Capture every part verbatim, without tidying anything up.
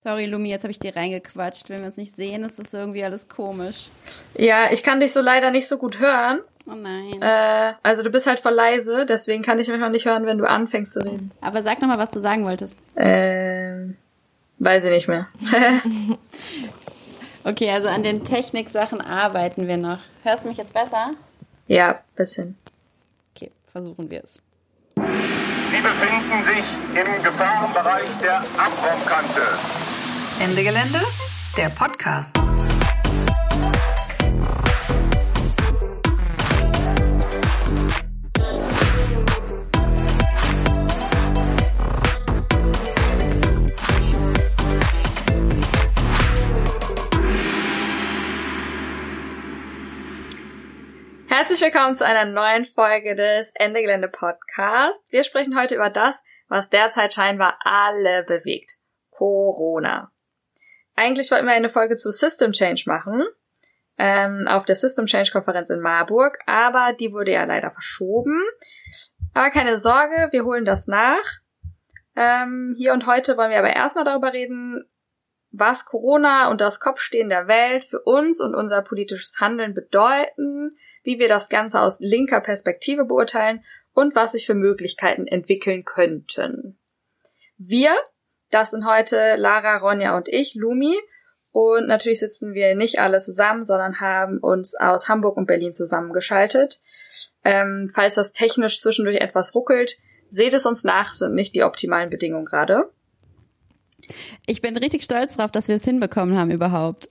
Sorry, Lumi, jetzt habe ich dir reingequatscht. Wenn wir uns nicht sehen, ist das irgendwie alles komisch. Ja, ich kann dich so leider nicht so gut hören. Oh nein. Äh, also du bist halt voll leise, deswegen kann ich mich noch nicht hören, wenn du anfängst zu reden. Aber sag nochmal, was du sagen wolltest. Ähm, weiß ich nicht mehr. Okay, also an den Techniksachen arbeiten wir noch. Hörst du mich jetzt besser? Ja, bisschen. Okay, versuchen wir es. Sie befinden sich im Gefahrenbereich der Abraumkante. Ende Gelände, der Podcast. Herzlich willkommen zu einer neuen Folge des Ende Gelände Podcasts. Wir sprechen heute über das, was derzeit scheinbar alle bewegt. Corona. Eigentlich wollten wir eine Folge zu System Change machen, ähm, auf der System Change Konferenz in Marburg, aber die wurde ja leider verschoben. Aber keine Sorge, wir holen das nach. Ähm, hier und heute wollen wir aber erstmal darüber reden, was Corona und das Kopfstehen der Welt für uns und unser politisches Handeln bedeuten, wie wir das Ganze aus linker Perspektive beurteilen und was sich für Möglichkeiten entwickeln könnten. Wir, das sind heute Lara, Ronja und ich, Lumi, und natürlich sitzen wir nicht alle zusammen, sondern haben uns aus Hamburg und Berlin zusammengeschaltet. Ähm, falls das technisch zwischendurch etwas ruckelt, seht es uns nach, sind nicht die optimalen Bedingungen gerade. Ich bin richtig stolz drauf, dass wir es hinbekommen haben überhaupt.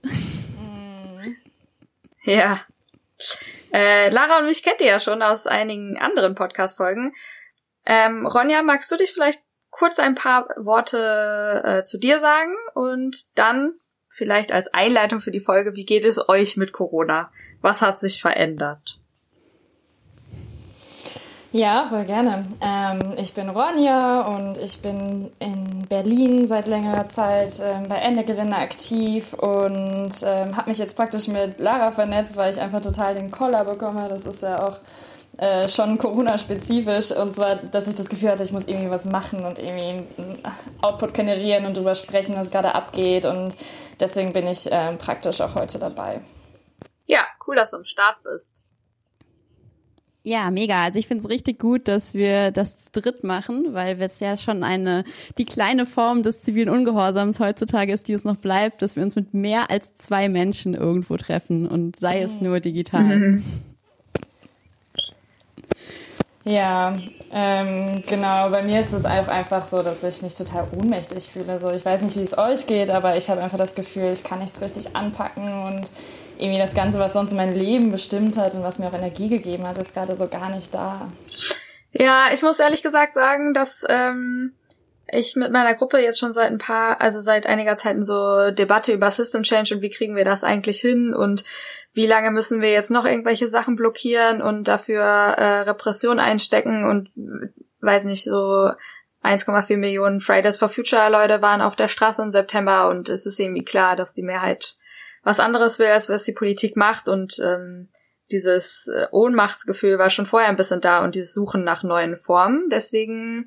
Ja. Äh, Lara und mich kennt ihr ja schon aus einigen anderen Podcast-Folgen. Ähm, Ronja, magst du dich vielleicht kurz ein paar Worte äh, zu dir sagen und dann vielleicht als Einleitung für die Folge, wie geht es euch mit Corona? Was hat sich verändert? Ja, voll gerne. Ähm, ich bin Ronja und ich bin in Berlin seit längerer Zeit ähm, bei Ende Gelände aktiv und ähm, habe mich jetzt praktisch mit Lara vernetzt, weil ich einfach total den Koller bekomme. Das ist ja auch äh, schon Corona-spezifisch, und zwar, dass ich das Gefühl hatte, ich muss irgendwie was machen und irgendwie einen Output generieren und drüber sprechen, was gerade abgeht, und deswegen bin ich ähm, praktisch auch heute dabei. Ja, cool, dass du am Start bist. Ja, mega. Also ich finde es richtig gut, dass wir das zu dritt machen, weil es ja schon eine, die kleine Form des zivilen Ungehorsams heutzutage ist, die es noch bleibt, dass wir uns mit mehr als zwei Menschen irgendwo treffen, und sei es nur digital. Mhm. Ja, ähm, genau. Bei mir ist es auch einfach so, dass ich mich total ohnmächtig fühle. So, ich weiß nicht, wie es euch geht, aber ich habe einfach das Gefühl, ich kann nichts richtig anpacken, und irgendwie das Ganze, was sonst mein Leben bestimmt hat und was mir auch Energie gegeben hat, ist gerade so gar nicht da. Ja, ich muss ehrlich gesagt sagen, dass ähm, ich mit meiner Gruppe jetzt schon seit ein paar, also seit einiger Zeit so Debatte über System Change und wie kriegen wir das eigentlich hin und wie lange müssen wir jetzt noch irgendwelche Sachen blockieren und dafür äh, Repression einstecken und weiß nicht, so eins Komma vier Millionen Fridays for Future Leute waren auf der Straße im September, und es ist irgendwie klar, dass die Mehrheit was anderes will, als was die Politik macht, und ähm, dieses äh, Ohnmachtsgefühl war schon vorher ein bisschen da und dieses Suchen nach neuen Formen. Deswegen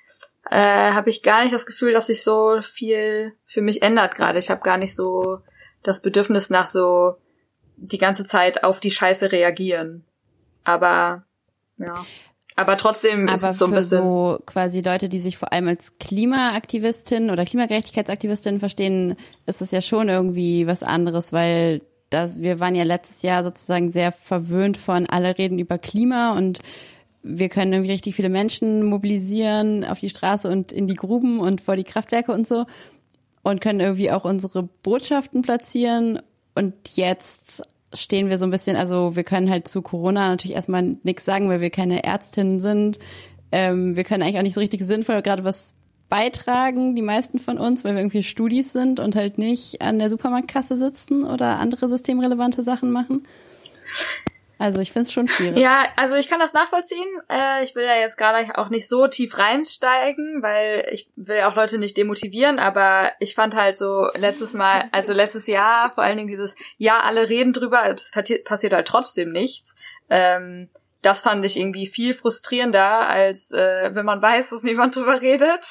äh, habe ich gar nicht das Gefühl, dass sich so viel für mich ändert gerade. Ich habe gar nicht so das Bedürfnis nach so die ganze Zeit auf die Scheiße reagieren. Aber ja. Aber trotzdem ist Aber es so ein für bisschen so quasi Leute, die sich vor allem als Klimaaktivistin oder Klimagerechtigkeitsaktivistin verstehen, ist es ja schon irgendwie was anderes, weil das, wir waren ja letztes Jahr sozusagen sehr verwöhnt von alle reden über Klima, und wir können irgendwie richtig viele Menschen mobilisieren auf die Straße und in die Gruben und vor die Kraftwerke und so und können irgendwie auch unsere Botschaften platzieren, und jetzt stehen wir so ein bisschen, also wir können halt zu Corona natürlich erstmal nichts sagen, weil wir keine Ärztinnen sind. Ähm, wir können eigentlich auch nicht so richtig sinnvoll gerade was beitragen, die meisten von uns, weil wir irgendwie Studis sind und halt nicht an der Supermarktkasse sitzen oder andere systemrelevante Sachen machen. Also ich finde es schon schwierig. Ja, also ich kann das nachvollziehen. Äh, ich will ja jetzt gerade auch nicht so tief reinsteigen, weil ich will auch Leute nicht demotivieren, aber ich fand halt so letztes Mal, also letztes Jahr vor allen Dingen dieses, ja, alle reden drüber, es passiert halt trotzdem nichts. Ähm, das fand ich irgendwie viel frustrierender, als äh, wenn man weiß, dass niemand drüber redet.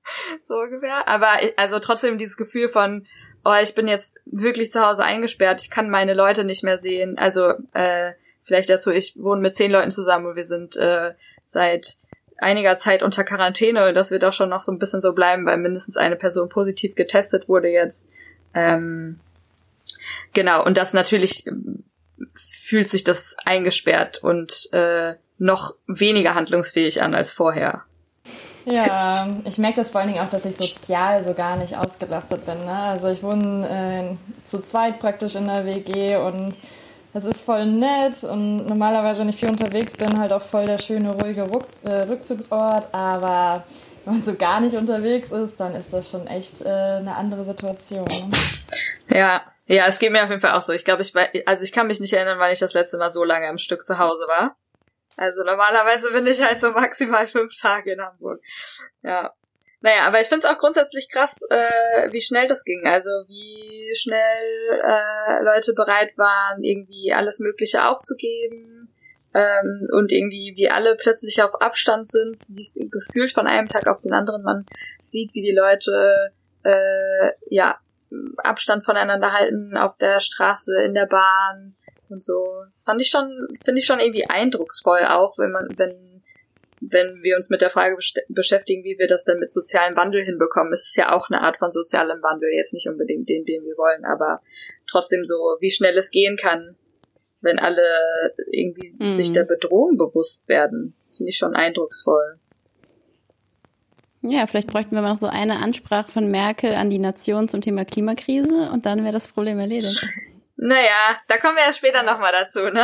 So ungefähr. Aber also trotzdem dieses Gefühl von, oh, ich bin jetzt wirklich zu Hause eingesperrt, ich kann meine Leute nicht mehr sehen. Also äh, vielleicht dazu, ich wohne mit zehn Leuten zusammen und wir sind äh, seit einiger Zeit unter Quarantäne. Das wird auch schon noch so ein bisschen so bleiben, weil mindestens eine Person positiv getestet wurde jetzt. Ähm, genau, und das natürlich fühlt sich das eingesperrt und äh, noch weniger handlungsfähig an als vorher. Ja, ich merke das vor allen Dingen auch, dass ich sozial so gar nicht ausgelastet bin. Ne? Also ich wohne äh, zu zweit praktisch in der W G und es ist voll nett und normalerweise, wenn ich viel unterwegs bin, halt auch voll der schöne, ruhige Ruck- äh, Rückzugsort. Aber wenn man so gar nicht unterwegs ist, dann ist das schon echt äh, eine andere Situation. Ja, ja, es geht mir auf jeden Fall auch so. Ich glaube, ich war, also ich kann mich nicht erinnern, wann ich das letzte Mal so lange am Stück zu Hause war. Also normalerweise bin ich halt so maximal fünf Tage in Hamburg. Ja. Naja, aber ich find's auch grundsätzlich krass, äh, wie schnell das ging. Also wie schnell äh, Leute bereit waren, irgendwie alles Mögliche aufzugeben. Ähm, und irgendwie wie alle plötzlich auf Abstand sind, wie es gefühlt von einem Tag auf den anderen man sieht, wie die Leute äh, ja Abstand voneinander halten auf der Straße, in der Bahn und so. Das fand ich schon, finde ich schon irgendwie eindrucksvoll auch, wenn man, wenn, wenn wir uns mit der Frage best- beschäftigen, wie wir das denn mit sozialem Wandel hinbekommen. Es ist ja auch eine Art von sozialem Wandel, jetzt nicht unbedingt den, den wir wollen, aber trotzdem so, wie schnell es gehen kann, wenn alle irgendwie mhm. sich der Bedrohung bewusst werden. Das finde ich schon eindrucksvoll. Ja, vielleicht bräuchten wir mal noch so eine Ansprache von Merkel an die Nation zum Thema Klimakrise und dann wäre das Problem erledigt. Naja, da kommen wir ja später nochmal dazu, ne?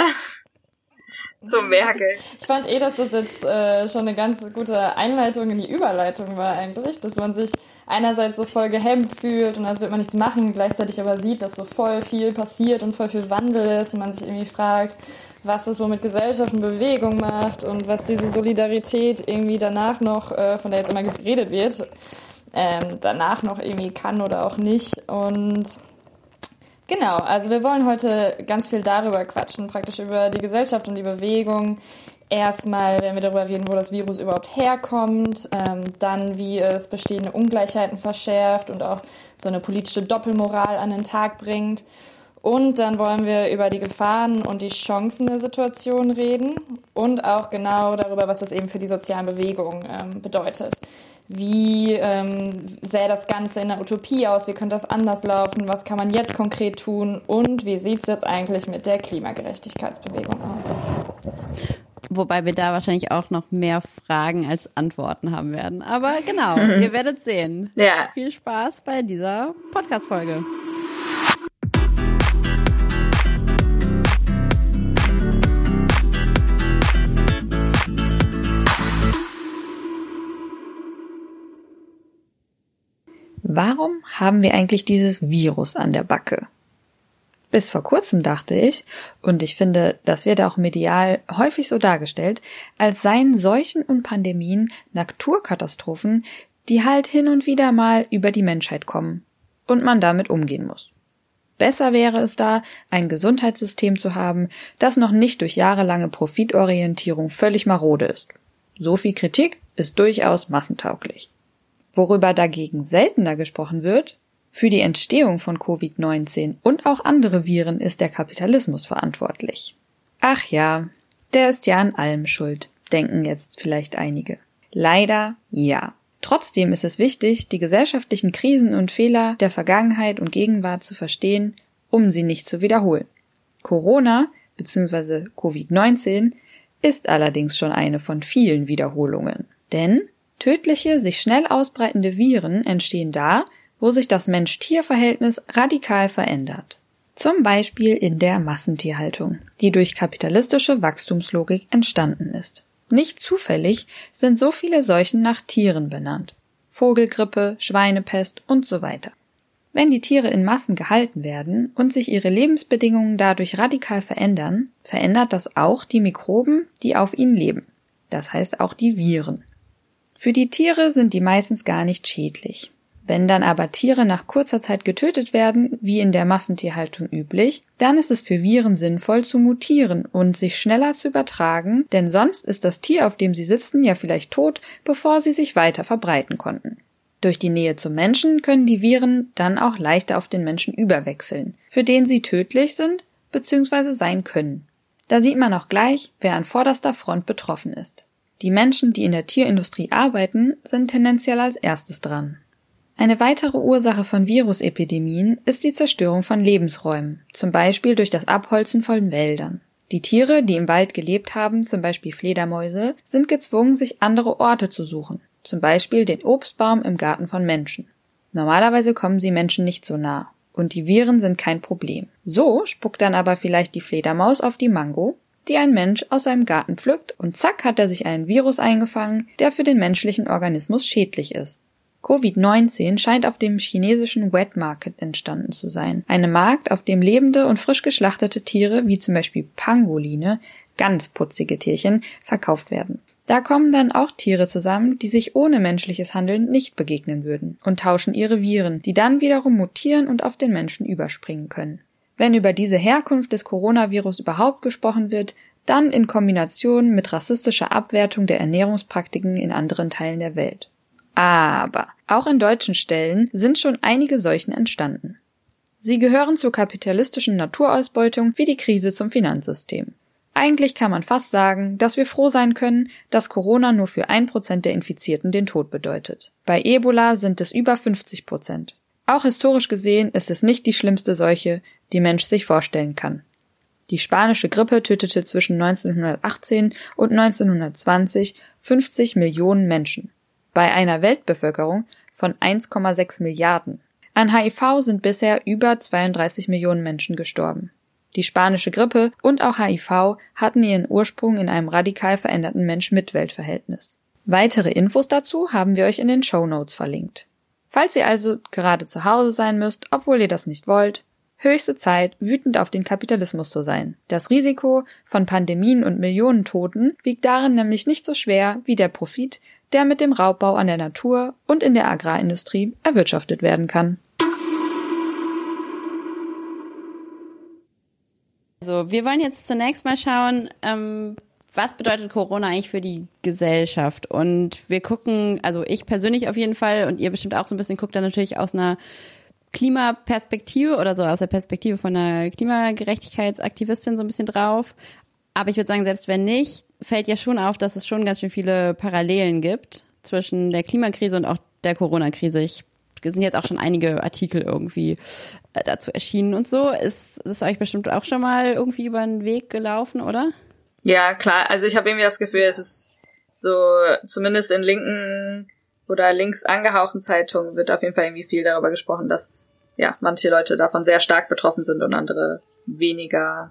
Zu Merkel. Ich fand eh, dass das jetzt äh, schon eine ganz gute Einleitung in die Überleitung war eigentlich, dass man sich einerseits so voll gehemmt fühlt und als wird man nichts machen, gleichzeitig aber sieht, dass so voll viel passiert und voll viel Wandel ist und man sich irgendwie fragt, was es so mit Gesellschaft und Bewegung macht und was diese Solidarität irgendwie danach noch, äh, von der jetzt immer geredet wird, ähm, danach noch irgendwie kann oder auch nicht. Und genau, also wir wollen heute ganz viel darüber quatschen, praktisch über die Gesellschaft und die Bewegung. Erstmal werden wir darüber reden, wo das Virus überhaupt herkommt, ähm, dann wie es bestehende Ungleichheiten verschärft und auch so eine politische Doppelmoral an den Tag bringt. Und dann wollen wir über die Gefahren und die Chancen der Situation reden und auch genau darüber, was das eben für die sozialen Bewegungen ähm, bedeutet. Wie ähm, sähe das Ganze in der Utopie aus? Wie könnte das anders laufen? Was kann man jetzt konkret tun? Und wie sieht es jetzt eigentlich mit der Klimagerechtigkeitsbewegung aus? Wobei wir da wahrscheinlich auch noch mehr Fragen als Antworten haben werden. Aber genau, ihr werdet sehen. Ja. Viel Spaß bei dieser Podcast-Folge. Warum haben wir eigentlich dieses Virus an der Backe? Bis vor kurzem dachte ich, und ich finde, das wird auch medial häufig so dargestellt, als seien Seuchen und Pandemien Naturkatastrophen, die halt hin und wieder mal über die Menschheit kommen und man damit umgehen muss. Besser wäre es da, ein Gesundheitssystem zu haben, das noch nicht durch jahrelange Profitorientierung völlig marode ist. So viel Kritik ist durchaus massentauglich. Worüber dagegen seltener gesprochen wird, für die Entstehung von Covid neunzehn und auch andere Viren ist der Kapitalismus verantwortlich. Ach ja, der ist ja an allem schuld, denken jetzt vielleicht einige. Leider ja. Trotzdem ist es wichtig, die gesellschaftlichen Krisen und Fehler der Vergangenheit und Gegenwart zu verstehen, um sie nicht zu wiederholen. Corona bzw. Covid neunzehn ist allerdings schon eine von vielen Wiederholungen. Denn tödliche, sich schnell ausbreitende Viren entstehen da, wo sich das Mensch-Tier-Verhältnis radikal verändert. Zum Beispiel in der Massentierhaltung, die durch kapitalistische Wachstumslogik entstanden ist. Nicht zufällig sind so viele Seuchen nach Tieren benannt. Vogelgrippe, Schweinepest und so weiter. Wenn die Tiere in Massen gehalten werden und sich ihre Lebensbedingungen dadurch radikal verändern, verändert das auch die Mikroben, die auf ihnen leben. Das heißt auch die Viren. Für die Tiere sind die meistens gar nicht schädlich. Wenn dann aber Tiere nach kurzer Zeit getötet werden, wie in der Massentierhaltung üblich, dann ist es für Viren sinnvoll zu mutieren und sich schneller zu übertragen, denn sonst ist das Tier, auf dem sie sitzen, ja vielleicht tot, bevor sie sich weiter verbreiten konnten. Durch die Nähe zum Menschen können die Viren dann auch leichter auf den Menschen überwechseln, für den sie tödlich sind bzw. sein können. Da sieht man auch gleich, wer an vorderster Front betroffen ist. Die Menschen, die in der Tierindustrie arbeiten, sind tendenziell als erstes dran. Eine weitere Ursache von Virusepidemien ist die Zerstörung von Lebensräumen, zum Beispiel durch das Abholzen von Wäldern. Die Tiere, die im Wald gelebt haben, zum Beispiel Fledermäuse, sind gezwungen, sich andere Orte zu suchen, zum Beispiel den Obstbaum im Garten von Menschen. Normalerweise kommen sie Menschen nicht so nah, und die Viren sind kein Problem. So spuckt dann aber vielleicht die Fledermaus auf die Mango, die ein Mensch aus seinem Garten pflückt, und zack hat er sich einen Virus eingefangen, der für den menschlichen Organismus schädlich ist. Covid neunzehn scheint auf dem chinesischen Wet Market entstanden zu sein, einem Markt, auf dem lebende und frisch geschlachtete Tiere, wie zum Beispiel Pangoline, ganz putzige Tierchen, verkauft werden. Da kommen dann auch Tiere zusammen, die sich ohne menschliches Handeln nicht begegnen würden, und tauschen ihre Viren, die dann wiederum mutieren und auf den Menschen überspringen können. Wenn über diese Herkunft des Coronavirus überhaupt gesprochen wird, dann in Kombination mit rassistischer Abwertung der Ernährungspraktiken in anderen Teilen der Welt. Aber auch in deutschen Stellen sind schon einige Seuchen entstanden. Sie gehören zur kapitalistischen Naturausbeutung wie die Krise zum Finanzsystem. Eigentlich kann man fast sagen, dass wir froh sein können, dass Corona nur für ein Prozent der Infizierten den Tod bedeutet. Bei Ebola sind es über fünfzig Prozent. Auch historisch gesehen ist es nicht die schlimmste Seuche, die Mensch sich vorstellen kann. Die spanische Grippe tötete zwischen neunzehnhundertachtzehn und neunzehnhundertzwanzig fünfzig Millionen Menschen. Bei einer Weltbevölkerung von eins Komma sechs Milliarden. An H I V sind bisher über zweiunddreißig Millionen Menschen gestorben. Die spanische Grippe und auch H I V hatten ihren Ursprung in einem radikal veränderten Mensch-Mitwelt-Verhältnis. Weitere Infos dazu haben wir euch in den Shownotes verlinkt. Falls ihr also gerade zu Hause sein müsst, obwohl ihr das nicht wollt, höchste Zeit, wütend auf den Kapitalismus zu sein. Das Risiko von Pandemien und Millionen Toten wiegt darin nämlich nicht so schwer wie der Profit, der mit dem Raubbau an der Natur und in der Agrarindustrie erwirtschaftet werden kann. Also wir wollen jetzt zunächst mal schauen, ähm, was bedeutet Corona eigentlich für die Gesellschaft? Und wir gucken, also ich persönlich auf jeden Fall und ihr bestimmt auch so ein bisschen, guckt da natürlich aus einer Klimaperspektive oder so aus der Perspektive von einer Klimagerechtigkeitsaktivistin so ein bisschen drauf. Aber ich würde sagen, selbst wenn nicht, fällt ja schon auf, dass es schon ganz schön viele Parallelen gibt zwischen der Klimakrise und auch der Corona-Krise. Ich Es sind jetzt auch schon einige Artikel irgendwie dazu erschienen und so. Ist es euch bestimmt auch schon mal irgendwie über den Weg gelaufen, oder? Ja, klar. Also ich habe irgendwie das Gefühl, es ist so, zumindest in linken oder links angehauchten Zeitungen wird auf jeden Fall irgendwie viel darüber gesprochen, dass ja manche Leute davon sehr stark betroffen sind und andere weniger.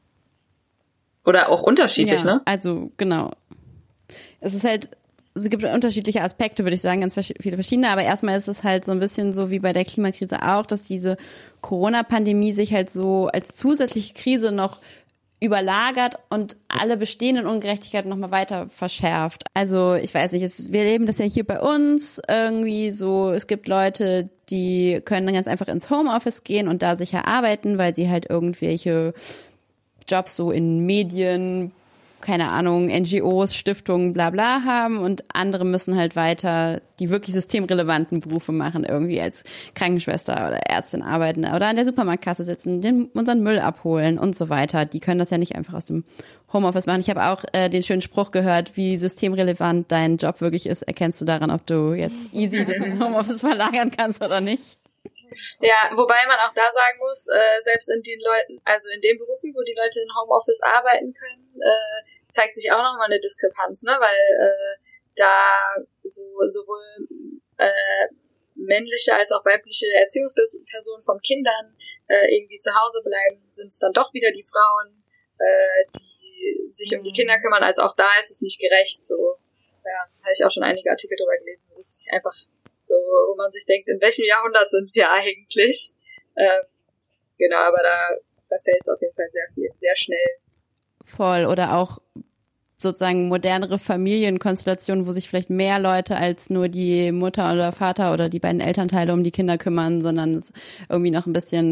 Oder auch unterschiedlich, ja, ne? Also genau. Es ist halt, es gibt unterschiedliche Aspekte, würde ich sagen, ganz viele verschiedene, aber erstmal ist es halt so ein bisschen so wie bei der Klimakrise auch, dass diese Corona-Pandemie sich halt so als zusätzliche Krise noch überlagert und alle bestehenden Ungerechtigkeiten nochmal weiter verschärft. Also ich weiß nicht, wir erleben das ja hier bei uns irgendwie so, es gibt Leute, die können dann ganz einfach ins Homeoffice gehen und da sicher arbeiten, weil sie halt irgendwelche Jobs so in Medien, keine Ahnung, N G Os, Stiftungen, bla bla haben und andere müssen halt weiter die wirklich systemrelevanten Berufe machen, irgendwie als Krankenschwester oder Ärztin arbeiten oder an der Supermarktkasse sitzen, den, unseren Müll abholen und so weiter. Die können das ja nicht einfach aus dem Homeoffice machen. Ich habe auch äh, den schönen Spruch gehört, wie systemrelevant dein Job wirklich ist, erkennst du daran, ob du jetzt easy das ins Homeoffice verlagern kannst oder nicht. Ja, wobei man auch da sagen muss, äh, selbst in den Leuten, also in den Berufen, wo die Leute in Homeoffice arbeiten können, äh, zeigt sich auch nochmal eine Diskrepanz, ne, weil äh, da wo sowohl äh, männliche als auch weibliche Erziehungspersonen von Kindern äh, irgendwie zu Hause bleiben, sind es dann doch wieder die Frauen, äh, die sich um die Kinder kümmern, also auch da ist es nicht gerecht, so, ja, habe ich auch schon einige Artikel drüber gelesen, das ist einfach so, wo man sich denkt, in welchem Jahrhundert sind wir eigentlich? Ähm, genau, aber da verfällt es auf jeden Fall sehr viel, sehr schnell. Voll, oder auch sozusagen modernere Familienkonstellationen, wo sich vielleicht mehr Leute als nur die Mutter oder Vater oder die beiden Elternteile um die Kinder kümmern, sondern es irgendwie noch ein bisschen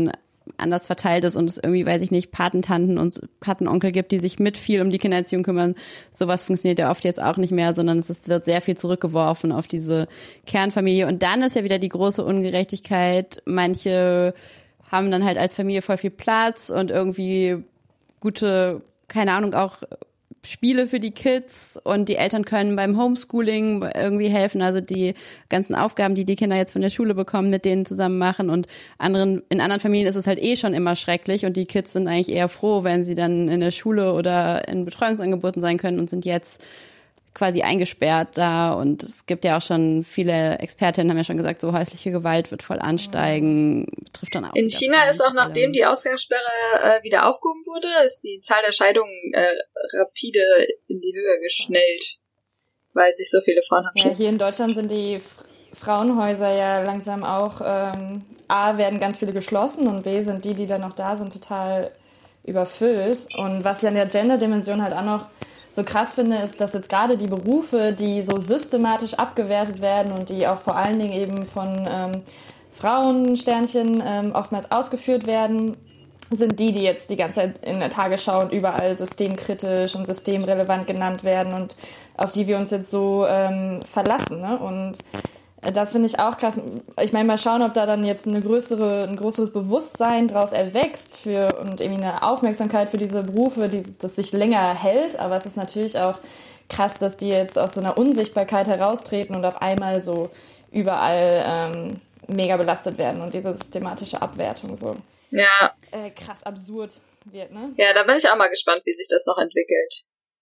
anders verteilt ist und es irgendwie, weiß ich nicht, Patentanten und Patenonkel gibt, die sich mit viel um die Kindererziehung kümmern. Sowas funktioniert ja oft jetzt auch nicht mehr, sondern es ist, wird sehr viel zurückgeworfen auf diese Kernfamilie. Und dann ist ja wieder die große Ungerechtigkeit. Manche haben dann halt als Familie voll viel Platz und irgendwie gute, keine Ahnung, auch Spiele für die Kids und die Eltern können beim Homeschooling irgendwie helfen, also die ganzen Aufgaben, die die Kinder jetzt von der Schule bekommen, mit denen zusammen machen und anderen, in anderen Familien ist es halt eh schon immer schrecklich und die Kids sind eigentlich eher froh, wenn sie dann in der Schule oder in Betreuungsangeboten sein können und sind jetzt quasi eingesperrt da und es gibt ja auch schon viele Expertinnen haben ja schon gesagt, so häusliche Gewalt wird voll ansteigen, trifft dann auch. In China ist auch nachdem die Ausgangssperre äh, wieder aufgehoben wurde, ist die Zahl der Scheidungen äh, rapide in die Höhe geschnellt, weil sich so viele Frauen haben. Ja, hier in Deutschland sind die F- Frauenhäuser ja langsam auch, ähm, A, werden ganz viele geschlossen und B, sind die, die dann noch da sind, total überfüllt. Und was ich an der Gender-Dimension halt auch noch so krass finde, ist, dass jetzt gerade die Berufe, die so systematisch abgewertet werden und die auch vor allen Dingen eben von ähm, Frauensternchen ähm, oftmals ausgeführt werden, sind die, die jetzt die ganze Zeit in der Tagesschau und überall systemkritisch und systemrelevant genannt werden und auf die wir uns jetzt so ähm, verlassen. Ne? Und das finde ich auch krass. Ich meine, mal schauen, ob da dann jetzt eine größere, ein größeres Bewusstsein daraus erwächst für und irgendwie eine Aufmerksamkeit für diese Berufe, die das sich länger hält. Aber es ist natürlich auch krass, dass die jetzt aus so einer Unsichtbarkeit heraustreten und auf einmal so überall ähm, mega belastet werden und diese systematische Abwertung so ja. äh, krass absurd wird, ne? Ja, da bin ich auch mal gespannt, wie sich das noch entwickelt.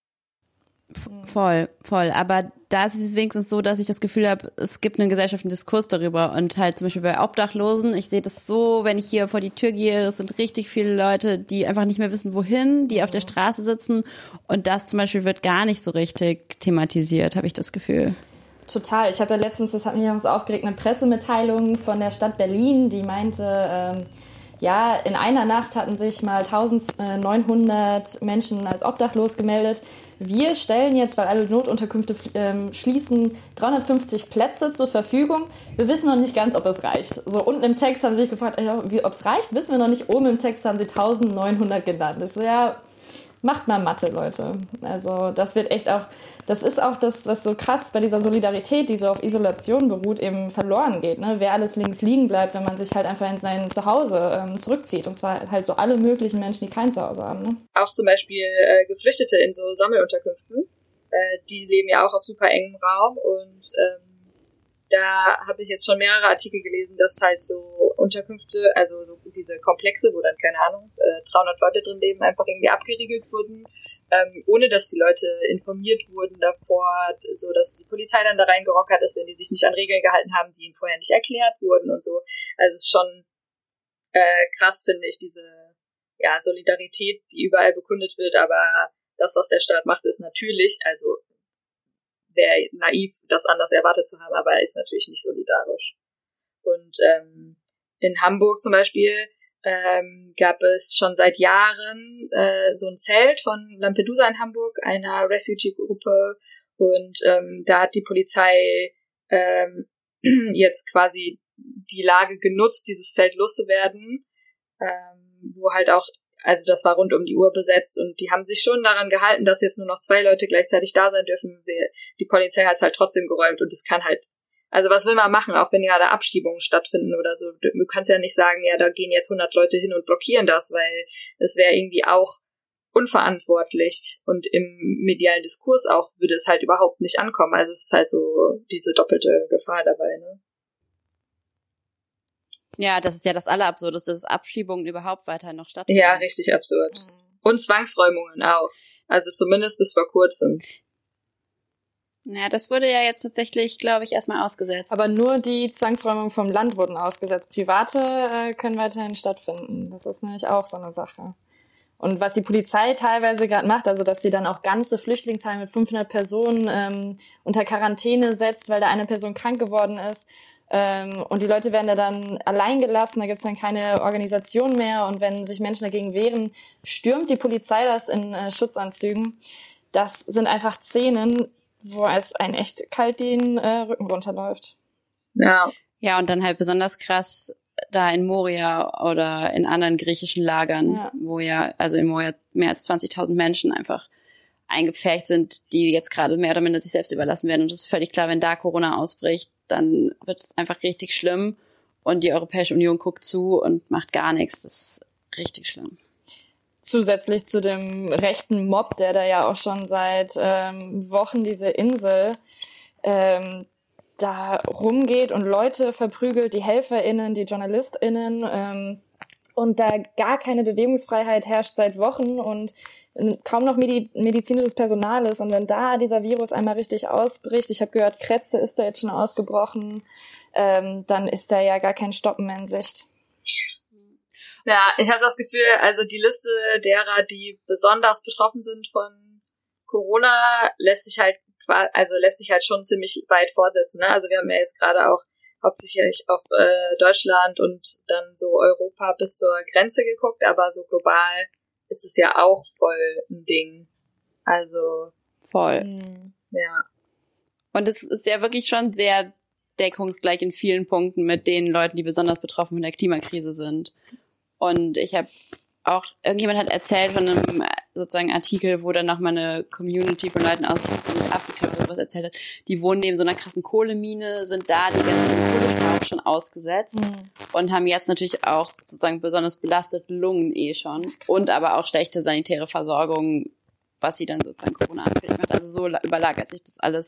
Voll, voll. Aber da ist es wenigstens so, dass ich das Gefühl habe, es gibt einen gesellschaftlichen Diskurs darüber. Und halt zum Beispiel bei Obdachlosen, ich sehe das so, wenn ich hier vor die Tür gehe, es sind richtig viele Leute, die einfach nicht mehr wissen, wohin, die auf der Straße sitzen. Und das zum Beispiel wird gar nicht so richtig thematisiert, habe ich das Gefühl. Total. Ich hatte letztens, das hat mich auch so aufgeregt, eine Pressemitteilung von der Stadt Berlin, die meinte, ähm, ja, in einer Nacht hatten sich mal eintausendneunhundert Menschen als obdachlos gemeldet. Wir stellen jetzt, weil alle Notunterkünfte ähm, schließen, dreihundertfünfzig Plätze zur Verfügung. Wir wissen noch nicht ganz, ob es reicht. So unten im Text haben sie sich gefragt, ja, ob es reicht, wissen wir noch nicht. Oben im Text haben sie eintausendneunhundert genannt. Ich so, ja, macht mal Mathe, Leute. Also das wird echt auch, das ist auch das, was so krass bei dieser Solidarität, die so auf Isolation beruht, eben verloren geht. Ne? Wer alles links liegen bleibt, wenn man sich halt einfach in sein Zuhause ähm, zurückzieht. Und zwar halt so alle möglichen Menschen, die kein Zuhause haben. Ne? Auch zum Beispiel äh, Geflüchtete in so Sammelunterkünften. Äh, die leben ja auch auf super engem Raum und ähm, da habe ich jetzt schon mehrere Artikel gelesen, dass halt so Unterkünfte, also so diese Komplexe, wo dann, keine Ahnung, dreihundert Leute drin leben, einfach irgendwie abgeriegelt wurden, ähm, ohne dass die Leute informiert wurden davor, so dass die Polizei dann da reingerockert ist, wenn die sich nicht an Regeln gehalten haben, die ihnen vorher nicht erklärt wurden und so. Also es ist schon äh, krass, finde ich, diese ja Solidarität, die überall bekundet wird, aber das, was der Staat macht, ist natürlich, also wäre naiv, das anders erwartet zu haben, aber er ist natürlich nicht solidarisch. Und ähm, in Hamburg zum Beispiel ähm, gab es schon seit Jahren äh, so ein Zelt von Lampedusa in Hamburg, einer Refugee-Gruppe, und ähm, da hat die Polizei ähm, jetzt quasi die Lage genutzt, dieses Zelt loszuwerden, ähm, wo halt auch, also das war rund um die Uhr besetzt und die haben sich schon daran gehalten, dass jetzt nur noch zwei Leute gleichzeitig da sein dürfen. Die Polizei hat es halt trotzdem geräumt und es kann halt, also was will man machen, auch wenn gerade Abschiebungen stattfinden oder so. Du kannst ja nicht sagen, ja, da gehen jetzt hundert Leute hin und blockieren das, weil es wäre irgendwie auch unverantwortlich und im medialen Diskurs auch würde es halt überhaupt nicht ankommen. Also es ist halt so diese doppelte Gefahr dabei, ne? Ja, das ist ja das Allerabsurdeste, dass Abschiebungen überhaupt weiterhin noch stattfinden. Ja, richtig absurd. Und Zwangsräumungen auch. Also zumindest bis vor kurzem. Ja, das wurde ja jetzt tatsächlich, glaube ich, erstmal ausgesetzt. Aber nur die Zwangsräumungen vom Land wurden ausgesetzt. Private äh, können weiterhin stattfinden. Das ist nämlich auch so eine Sache. Und was die Polizei teilweise gerade macht, also dass sie dann auch ganze Flüchtlingsheime mit fünfhundert Personen ähm, unter Quarantäne setzt, weil da eine Person krank geworden ist. Ähm, und die Leute werden da dann allein gelassen, da gibt's dann keine Organisation mehr. Und wenn sich Menschen dagegen wehren, stürmt die Polizei das in äh, Schutzanzügen. Das sind einfach Szenen, wo es einen echt kalt den äh, Rücken runterläuft. Ja. Ja, und dann halt besonders krass da in Moria oder in anderen griechischen Lagern, ja. wo ja, also in Moria mehr als zwanzigtausend Menschen einfach eingepfercht sind, die jetzt gerade mehr oder minder sich selbst überlassen werden. Und es ist völlig klar, wenn da Corona ausbricht, dann wird es einfach richtig schlimm und die Europäische Union guckt zu und macht gar nichts. Das ist richtig schlimm. Zusätzlich zu dem rechten Mob, der da ja auch schon seit ähm, Wochen diese Insel ähm, da rumgeht und Leute verprügelt, die HelferInnen, die JournalistInnen, ähm, und da gar keine Bewegungsfreiheit herrscht seit Wochen und kaum noch Medi- medizinisches Personal ist. Und wenn da dieser Virus einmal richtig ausbricht, ich habe gehört, Krätze ist da jetzt schon ausgebrochen, ähm, dann ist da ja gar kein Stoppen mehr in Sicht. Ja, ich habe das Gefühl, also die Liste derer, die besonders betroffen sind von Corona, lässt sich halt also lässt sich halt schon ziemlich weit fortsetzen. Ne? Also wir haben ja jetzt gerade auch hauptsächlich auf äh, Deutschland und dann so Europa bis zur Grenze geguckt, aber so global ist es ja auch voll ein Ding. Also voll. Mh, ja. Und es ist ja wirklich schon sehr deckungsgleich in vielen Punkten mit den Leuten, die besonders betroffen von der Klimakrise sind. Und ich habe auch, irgendjemand hat erzählt von einem sozusagen Artikel, wo dann nochmal eine Community von Leuten aus Afrika oder sowas erzählt hat, die wohnen neben so einer krassen Kohlemine, sind da die ganzen Kohlestrahlen schon ausgesetzt mhm. und haben jetzt natürlich auch sozusagen besonders belastete Lungen eh schon und aber auch schlechte sanitäre Versorgung, was sie dann sozusagen Corona anfällig macht. Also so überlagert sich das alles.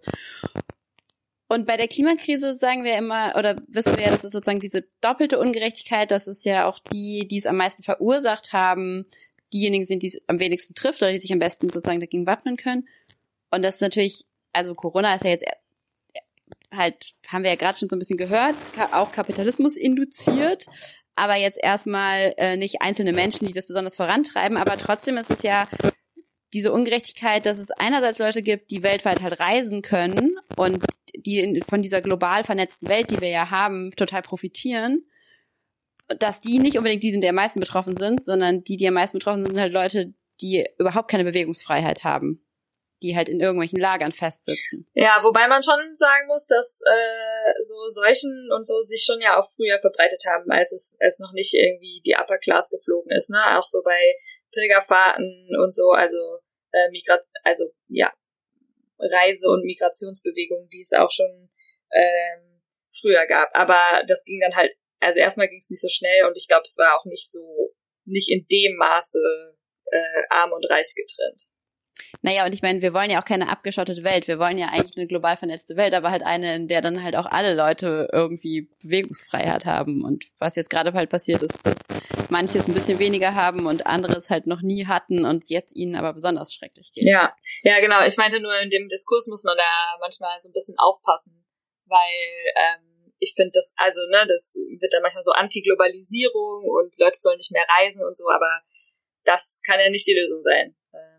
Und bei der Klimakrise sagen wir immer, oder wissen wir ja, das ist sozusagen diese doppelte Ungerechtigkeit, dass es ja auch die, die es am meisten verursacht haben, diejenigen sind, die es am wenigsten trifft oder die sich am besten sozusagen dagegen wappnen können. Und das ist natürlich, also Corona ist ja jetzt halt, haben wir ja gerade schon so ein bisschen gehört, auch Kapitalismus induziert, aber jetzt erstmal äh, nicht einzelne Menschen, die das besonders vorantreiben, aber trotzdem ist es ja diese Ungerechtigkeit, dass es einerseits Leute gibt, die weltweit halt reisen können und die in, von dieser global vernetzten Welt, die wir ja haben, total profitieren, dass die nicht unbedingt die sind, die am meisten betroffen sind, sondern die, die am meisten betroffen sind, sind halt Leute, die überhaupt keine Bewegungsfreiheit haben, die halt in irgendwelchen Lagern festsitzen. Ja, wobei man schon sagen muss, dass äh, so Seuchen und so sich schon ja auch früher verbreitet haben, als es als noch nicht irgendwie die Upper Class geflogen ist, ne? Auch so bei Pilgerfahrten und so, also äh, Migra- also ja, Reise- und Migrationsbewegungen, die es auch schon ähm, früher gab. Aber das ging dann halt, also erstmal ging es nicht so schnell und ich glaube, es war auch nicht so, nicht in dem Maße äh, arm und reich getrennt. Naja, und ich meine, wir wollen ja auch keine abgeschottete Welt. Wir wollen ja eigentlich eine global vernetzte Welt, aber halt eine, in der dann halt auch alle Leute irgendwie Bewegungsfreiheit haben. Und was jetzt gerade halt passiert ist, dass manche es ein bisschen weniger haben und andere es halt noch nie hatten und jetzt ihnen aber besonders schrecklich geht. Ja, ja, genau. Ich meinte nur, in dem Diskurs muss man da manchmal so ein bisschen aufpassen, weil ähm, ich finde das, also ne, das wird dann manchmal so Anti-Globalisierung und Leute sollen nicht mehr reisen und so, aber das kann ja nicht die Lösung sein.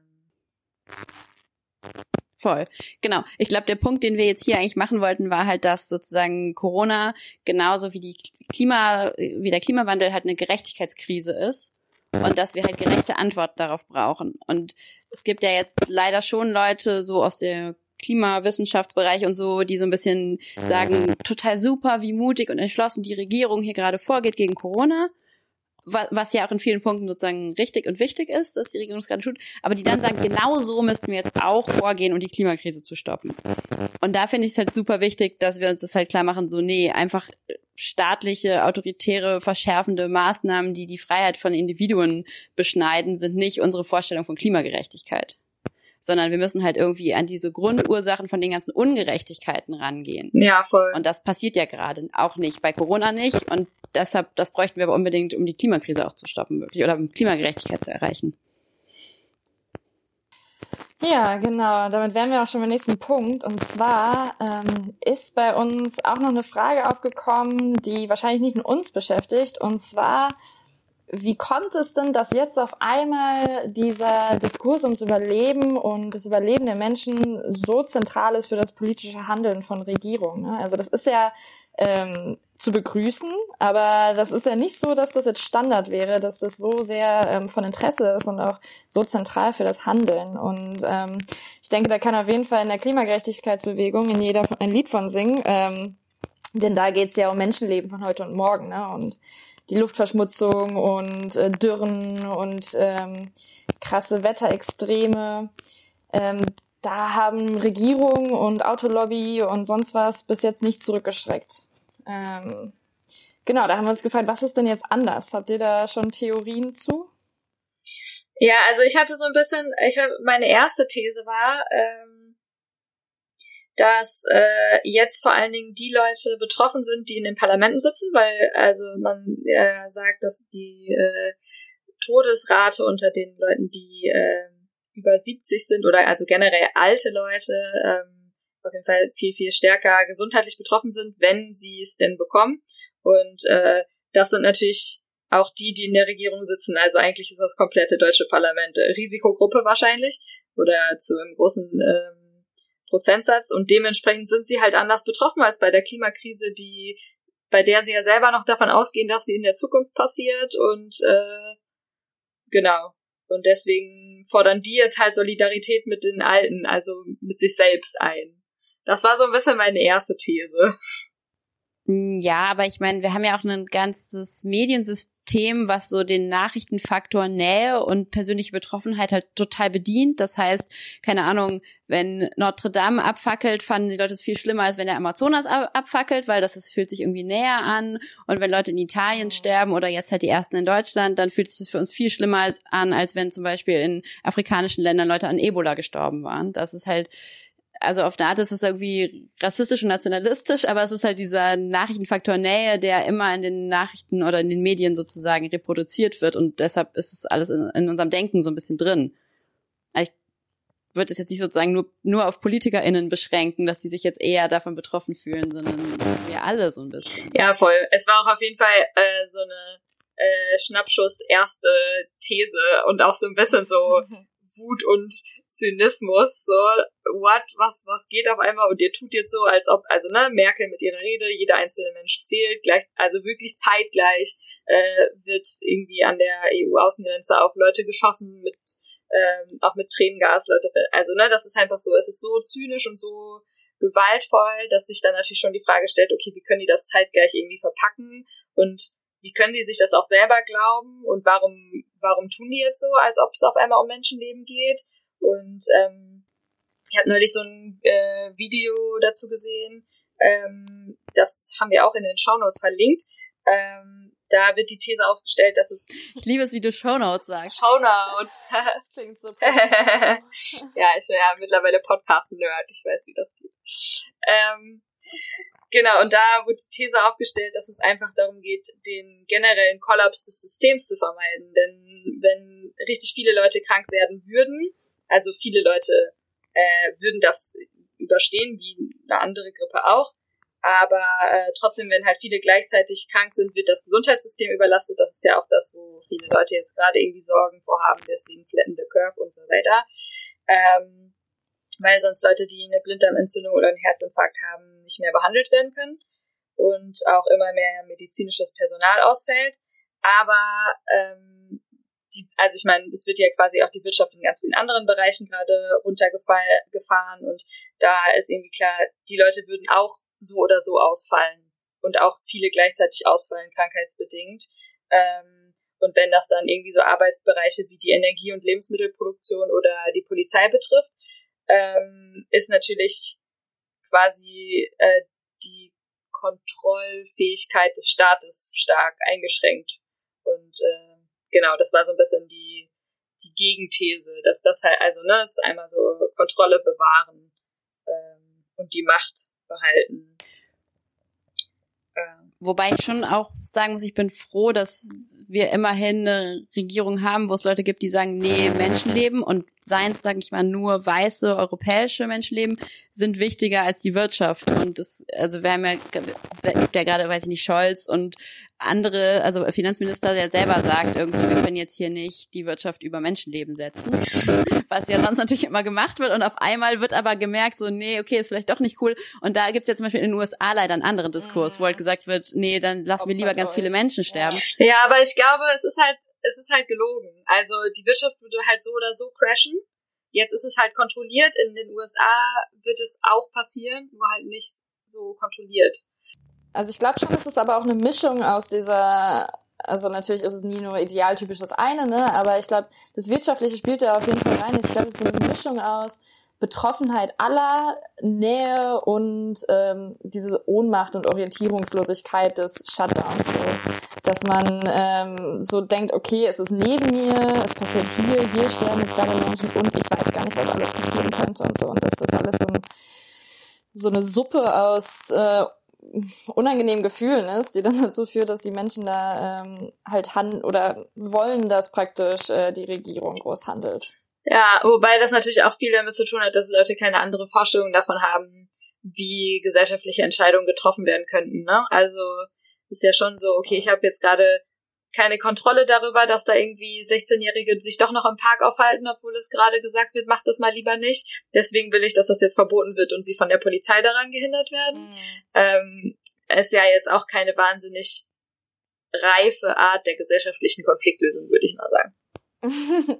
Voll, genau. Ich glaube, der Punkt, den wir jetzt hier eigentlich machen wollten, war halt, dass sozusagen Corona genauso wie die Klima, wie der Klimawandel halt eine Gerechtigkeitskrise ist und dass wir halt gerechte Antworten darauf brauchen. Und es gibt ja jetzt leider schon Leute so aus der Klimawissenschaftsbereich und so, die so ein bisschen sagen, total super, wie mutig und entschlossen die Regierung hier gerade vorgeht gegen Corona. Was ja auch in vielen Punkten sozusagen richtig und wichtig ist, dass die Regierung es gerade tut, aber die dann sagen, genau so müssten wir jetzt auch vorgehen, um die Klimakrise zu stoppen. Und da finde ich es halt super wichtig, dass wir uns das halt klar machen, so nee, einfach staatliche, autoritäre, verschärfende Maßnahmen, die die Freiheit von Individuen beschneiden, sind nicht unsere Vorstellung von Klimagerechtigkeit. Sondern wir müssen halt irgendwie an diese Grundursachen von den ganzen Ungerechtigkeiten rangehen. Ja, voll. Und das passiert ja gerade auch nicht, bei Corona nicht. Und deshalb, das bräuchten wir aber unbedingt, um die Klimakrise auch zu stoppen, wirklich, oder um Klimagerechtigkeit zu erreichen. Ja, genau. Damit wären wir auch schon beim nächsten Punkt. Und zwar ähm, ist bei uns auch noch eine Frage aufgekommen, die wahrscheinlich nicht nur uns beschäftigt. Und zwar, wie kommt es denn, dass jetzt auf einmal dieser Diskurs ums Überleben und das Überleben der Menschen so zentral ist für das politische Handeln von Regierungen? Ne? Also das ist ja ähm, zu begrüßen, aber das ist ja nicht so, dass das jetzt Standard wäre, dass das so sehr ähm, von Interesse ist und auch so zentral für das Handeln. Und ähm, ich denke, da kann auf jeden Fall in der Klimagerechtigkeitsbewegung in jeder ein Lied von singen. Ähm, Denn da geht's ja um Menschenleben von heute und morgen, ne? Und die Luftverschmutzung und äh, Dürren und ähm, krasse Wetterextreme. Ähm, da haben Regierung und Autolobby und sonst was bis jetzt nicht zurückgeschreckt. Ähm, genau, da haben wir uns gefragt, was ist denn jetzt anders? Habt ihr da schon Theorien zu? Ja, also ich hatte so ein bisschen, ich hab, meine erste These war, ähm, dass äh, jetzt vor allen Dingen die Leute betroffen sind, die in den Parlamenten sitzen, weil also man äh, sagt, dass die äh, Todesrate unter den Leuten, die äh, über siebzig sind oder also generell alte Leute, ähm, auf jeden Fall viel, viel stärker gesundheitlich betroffen sind, wenn sie es denn bekommen. Und äh, das sind natürlich auch die, die in der Regierung sitzen. Also eigentlich ist das komplette deutsche Parlament äh, Risikogruppe wahrscheinlich oder zu einem großen ähm, Prozentsatz und dementsprechend sind sie halt anders betroffen als bei der Klimakrise, die bei der sie ja selber noch davon ausgehen, dass sie in der Zukunft passiert und äh, genau. Und deswegen fordern die jetzt halt Solidarität mit den Alten, also mit sich selbst ein. Das war so ein bisschen meine erste These. Ja, aber ich meine, wir haben ja auch ein ganzes Mediensystem, was so den Nachrichtenfaktor Nähe und persönliche Betroffenheit halt total bedient. Das heißt, keine Ahnung, wenn Notre Dame abfackelt, fanden die Leute es viel schlimmer, als wenn der Amazonas abfackelt, weil das, das fühlt sich irgendwie näher an. Und wenn Leute in Italien sterben oder jetzt halt die ersten in Deutschland, dann fühlt sich das für uns viel schlimmer an, als wenn zum Beispiel in afrikanischen Ländern Leute an Ebola gestorben waren. Das ist halt, also auf eine Art ist es irgendwie rassistisch und nationalistisch, aber es ist halt dieser Nachrichtenfaktor Nähe, der immer in den Nachrichten oder in den Medien sozusagen reproduziert wird und deshalb ist es alles in, in unserem Denken so ein bisschen drin. Ich würde es jetzt nicht sozusagen nur nur auf PolitikerInnen beschränken, dass die sich jetzt eher davon betroffen fühlen, sondern wir alle so ein bisschen. Ja, voll. Es war auch auf jeden Fall äh, so eine äh, Schnappschuss erste These und auch so ein bisschen so Wut und Zynismus, so, what, was, was geht auf einmal und ihr tut jetzt so, als ob, also, ne, Merkel mit ihrer Rede, jeder einzelne Mensch zählt, gleich, also wirklich zeitgleich, äh, wird irgendwie an der E U-Außengrenze auf Leute geschossen mit, ähm, auch mit Tränengas, Leute, also, ne, das ist einfach so, es ist so zynisch und so gewaltvoll, dass sich dann natürlich schon die Frage stellt, okay, wie können die das zeitgleich irgendwie verpacken und wie können die sich das auch selber glauben und warum, warum tun die jetzt so, als ob es auf einmal um Menschenleben geht? Und ähm, ich habe neulich so ein äh, Video dazu gesehen, ähm, das haben wir auch in den Shownotes verlinkt. Ähm, da wird die These aufgestellt, dass es... Ich liebe es, wie du Shownotes sagst. Shownotes. Das klingt so Ja, ich bin ja mittlerweile Podcast-Nerd, ich weiß, wie das geht. Ähm, genau, und da wurde die These aufgestellt, dass es einfach darum geht, den generellen Kollaps des Systems zu vermeiden. Denn wenn richtig viele Leute krank werden würden, also viele Leute äh, würden das überstehen, wie eine andere Grippe auch. Aber äh, trotzdem, wenn halt viele gleichzeitig krank sind, wird das Gesundheitssystem überlastet. Das ist ja auch das, wo viele Leute jetzt gerade irgendwie Sorgen vorhaben, deswegen flatten the curve und so weiter. Ähm, weil sonst Leute, die eine Blinddarmentzündung oder einen Herzinfarkt haben, nicht mehr behandelt werden können. Und auch immer mehr medizinisches Personal ausfällt. Aber ähm, Die, also ich meine, es wird ja quasi auch die Wirtschaft in ganz vielen anderen Bereichen gerade runtergefahren und da ist irgendwie klar, die Leute würden auch so oder so ausfallen und auch viele gleichzeitig ausfallen, krankheitsbedingt. Ähm, und wenn das dann irgendwie so Arbeitsbereiche wie die Energie- und Lebensmittelproduktion oder die Polizei betrifft, ähm, ist natürlich quasi äh, die Kontrollfähigkeit des Staates stark eingeschränkt. Und äh, genau, das war so ein bisschen die die Gegenthese, dass das halt, also ne, es ist einmal so Kontrolle bewahren ähm, und die Macht behalten. Ähm. Wobei ich schon auch sagen muss, ich bin froh, dass wir immerhin eine Regierung haben, wo es Leute gibt, die sagen, nee, Menschenleben und seien es, sage ich mal, nur weiße europäische Menschenleben sind wichtiger als die Wirtschaft. Und das, also wir haben ja, es gibt ja gerade, weiß ich nicht, Scholz und andere, also Finanzminister, der selber sagt irgendwie, wir können jetzt hier nicht die Wirtschaft über Menschenleben setzen, was ja sonst natürlich immer gemacht wird und auf einmal wird aber gemerkt, so nee, okay, ist vielleicht doch nicht cool und da gibt's ja zum Beispiel in den U S A leider einen anderen Diskurs, mhm. wo halt gesagt wird, nee, dann lassen wir lieber ganz viele Menschen sterben. Ja. ja, aber ich glaube, es ist halt, es ist halt gelogen. Also die Wirtschaft würde halt so oder so crashen. Jetzt ist es halt kontrolliert, in den U S A wird es auch passieren, nur halt nicht so kontrolliert. Also ich glaube schon, es ist aber auch eine Mischung aus dieser, also natürlich ist es nie nur idealtypisch das eine, ne, aber ich glaube, das Wirtschaftliche spielt da auf jeden Fall rein. Ich glaube, es ist eine Mischung aus Betroffenheit aller, Nähe und ähm, diese Ohnmacht und Orientierungslosigkeit des Shutdowns. So. Dass man ähm, so denkt, okay, es ist neben mir, es passiert hier, hier sterben jetzt gerade Menschen und ich weiß gar nicht, was alles passieren könnte und so. Und dass das alles so, ein, so eine Suppe aus äh, unangenehmen Gefühlen ist, die dann dazu führt, dass die Menschen da ähm, halt handeln oder wollen, dass praktisch äh, die Regierung groß handelt. Ja, wobei das natürlich auch viel damit zu tun hat, dass Leute keine andere Vorstellung davon haben, wie gesellschaftliche Entscheidungen getroffen werden könnten, ne? Also ist ja schon so, okay, ich habe jetzt gerade keine Kontrolle darüber, dass da irgendwie sechzehnjährige sich doch noch im Park aufhalten, obwohl es gerade gesagt wird, macht das mal lieber nicht. Deswegen will ich, dass das jetzt verboten wird und sie von der Polizei daran gehindert werden. Mhm. Ähm, ist ja jetzt auch keine wahnsinnig reife Art der gesellschaftlichen Konfliktlösung, würde ich mal sagen.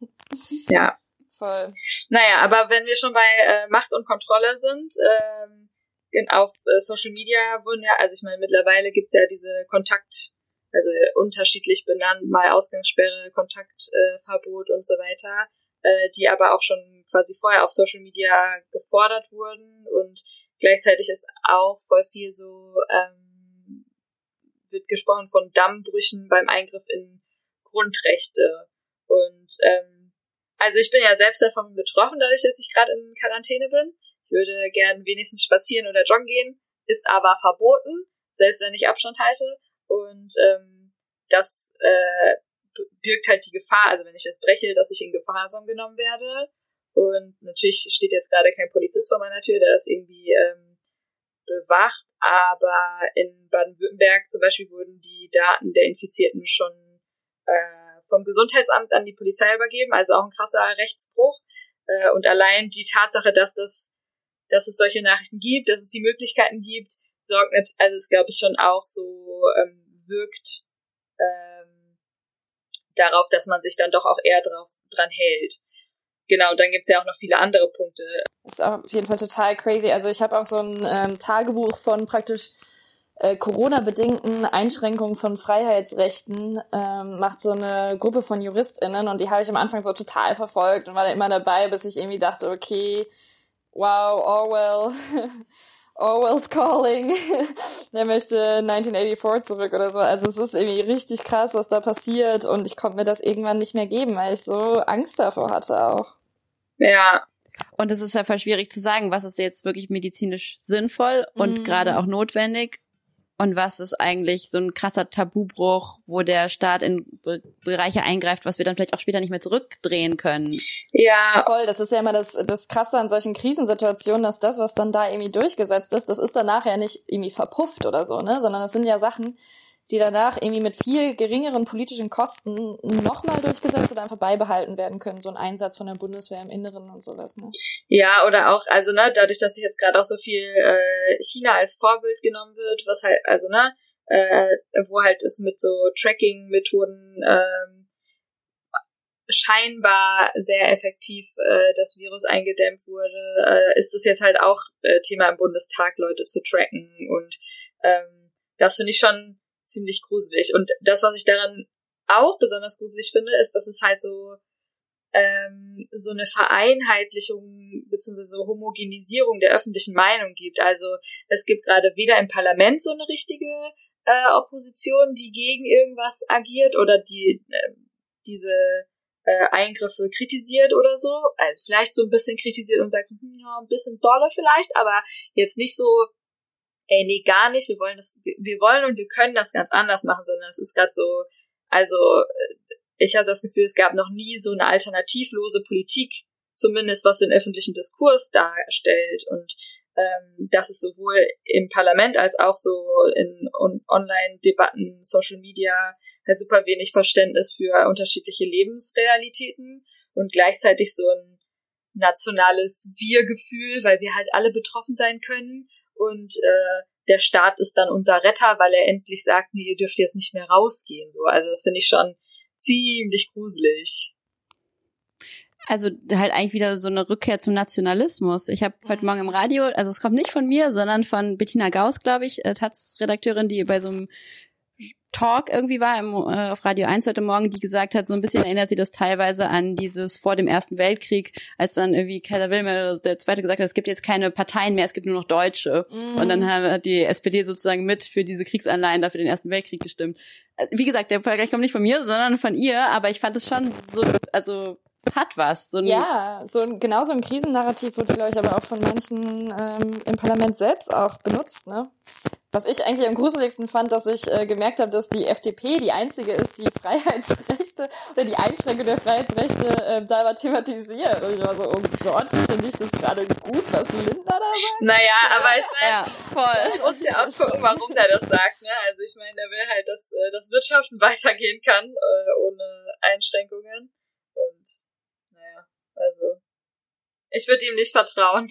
Ja. Voll. Naja, aber wenn wir schon bei äh, Macht und Kontrolle sind, ähm, auf äh, Social Media wurden ja, also ich meine, mittlerweile gibt's ja diese Kontakt, also unterschiedlich benannt, mal Ausgangssperre, Kontaktverbot äh, und so weiter, äh, die aber auch schon quasi vorher auf Social Media gefordert wurden und gleichzeitig ist auch voll viel so, ähm, wird gesprochen von Dammbrüchen beim Eingriff in Grundrechte und ähm, also ich bin ja selbst davon betroffen, dadurch, dass ich gerade in Quarantäne bin. Ich würde gern wenigstens spazieren oder joggen gehen, ist aber verboten, selbst wenn ich Abstand halte. Und ähm, das äh, birgt halt die Gefahr, also wenn ich das breche, dass ich in Gewahrsam genommen werde. Und natürlich steht jetzt gerade kein Polizist vor meiner Tür, der das irgendwie ähm, bewacht. Aber in Baden-Württemberg zum Beispiel wurden die Daten der Infizierten schon äh, vom Gesundheitsamt an die Polizei übergeben, also auch ein krasser Rechtsbruch. Äh, und allein die Tatsache, dass das, dass es solche Nachrichten gibt, dass es die Möglichkeiten gibt, sorgt nicht, also es glaube ich schon auch so ähm, wirkt ähm, darauf, dass man sich dann doch auch eher drauf dran hält. Genau, und dann gibt's ja auch noch viele andere Punkte. Das ist auf jeden Fall total crazy. Also ich habe auch so ein ähm, Tagebuch von praktisch Äh, Corona-bedingten Einschränkungen von Freiheitsrechten ähm, macht so eine Gruppe von JuristInnen und die habe ich am Anfang so total verfolgt und war da immer dabei, bis ich irgendwie dachte, okay, wow, Orwell, Orwell's calling, der möchte neunzehnhundertvierundachtzig zurück oder so. Also es ist irgendwie richtig krass, was da passiert und ich konnte mir das irgendwann nicht mehr geben, weil ich so Angst davor hatte auch. Ja. Und es ist ja voll schwierig zu sagen, was ist jetzt wirklich medizinisch sinnvoll und mm. gerade auch notwendig. Und was ist eigentlich so ein krasser Tabubruch, wo der Staat in Be- Bereiche eingreift, was wir dann vielleicht auch später nicht mehr zurückdrehen können? Ja, voll. Das ist ja immer das, das Krasse an solchen Krisensituationen, dass das, was dann da irgendwie durchgesetzt ist, das ist danach ja nicht irgendwie verpufft oder so, ne, sondern das sind ja Sachen, die danach irgendwie mit viel geringeren politischen Kosten nochmal durchgesetzt oder einfach beibehalten werden können. So ein Einsatz von der Bundeswehr im Inneren und sowas, ne? Ja, oder auch, also ne, dadurch, dass sich jetzt gerade auch so viel äh, China als Vorbild genommen wird, was halt, also ne, äh, wo halt es mit so Tracking-Methoden ähm, scheinbar sehr effektiv äh, das Virus eingedämmt wurde, äh, ist es jetzt halt auch äh, Thema im Bundestag, Leute zu tracken und ähm, das finde ich schon ziemlich gruselig. Und das, was ich daran auch besonders gruselig finde, ist, dass es halt so ähm, so eine Vereinheitlichung bzw. so Homogenisierung der öffentlichen Meinung gibt. Also es gibt gerade weder im Parlament so eine richtige äh, Opposition, die gegen irgendwas agiert oder die äh, diese äh, Eingriffe kritisiert oder so. Also vielleicht so ein bisschen kritisiert und sagt, hm, ja, ein bisschen dolle vielleicht, aber jetzt nicht so, ey, nee, gar nicht, wir wollen das, wir wollen und wir können das ganz anders machen, sondern es ist gerade so, also ich habe das Gefühl, es gab noch nie so eine alternativlose Politik, zumindest was den öffentlichen Diskurs darstellt und ähm, dass es sowohl im Parlament als auch so in on- Online-Debatten, Social Media halt super wenig Verständnis für unterschiedliche Lebensrealitäten und gleichzeitig so ein nationales Wir-Gefühl, weil wir halt alle betroffen sein können. Und äh, der Staat ist dann unser Retter, weil er endlich sagt, nee, ihr dürft jetzt nicht mehr rausgehen. So, also das finde ich schon ziemlich gruselig. Also halt eigentlich wieder so eine Rückkehr zum Nationalismus. Ich habe heute Morgen im Radio, also es kommt nicht von mir, sondern von Bettina Gauss, glaube ich, äh, Taz-Redakteurin, die bei so einem Talk irgendwie war im, äh, auf Radio eins heute Morgen, die gesagt hat, so ein bisschen erinnert sie das teilweise an dieses vor dem Ersten Weltkrieg, als dann irgendwie Kaiser Wilhelm der Zweite gesagt hat, es gibt jetzt keine Parteien mehr, es gibt nur noch Deutsche. Mm. Und dann hat die S P D sozusagen mit für diese Kriegsanleihen dafür den Ersten Weltkrieg gestimmt. Wie gesagt, der Vergleich kommt nicht von mir, sondern von ihr, aber ich fand es schon so, also hat was. So ein ja, so ein, genau so ein Krisennarrativ wurde, glaube ich, aber auch von manchen ähm, im Parlament selbst auch benutzt, ne? Was ich eigentlich am gruseligsten fand, dass ich äh, gemerkt habe, dass die F D P die einzige ist, die Freiheitsrechte oder die Einschränkung der Freiheitsrechte äh, da mal thematisiert. Und ich war so, oh Gott, finde ich das gerade gut, was Lindner da sagt? Naja, aber ich meine, ja, voll. man muss ja auch gucken, warum der das sagt, ne? Also ich meine, der will halt, dass äh, das Wirtschaften weitergehen kann, äh, ohne Einschränkungen. Und naja, also ich würde ihm nicht vertrauen.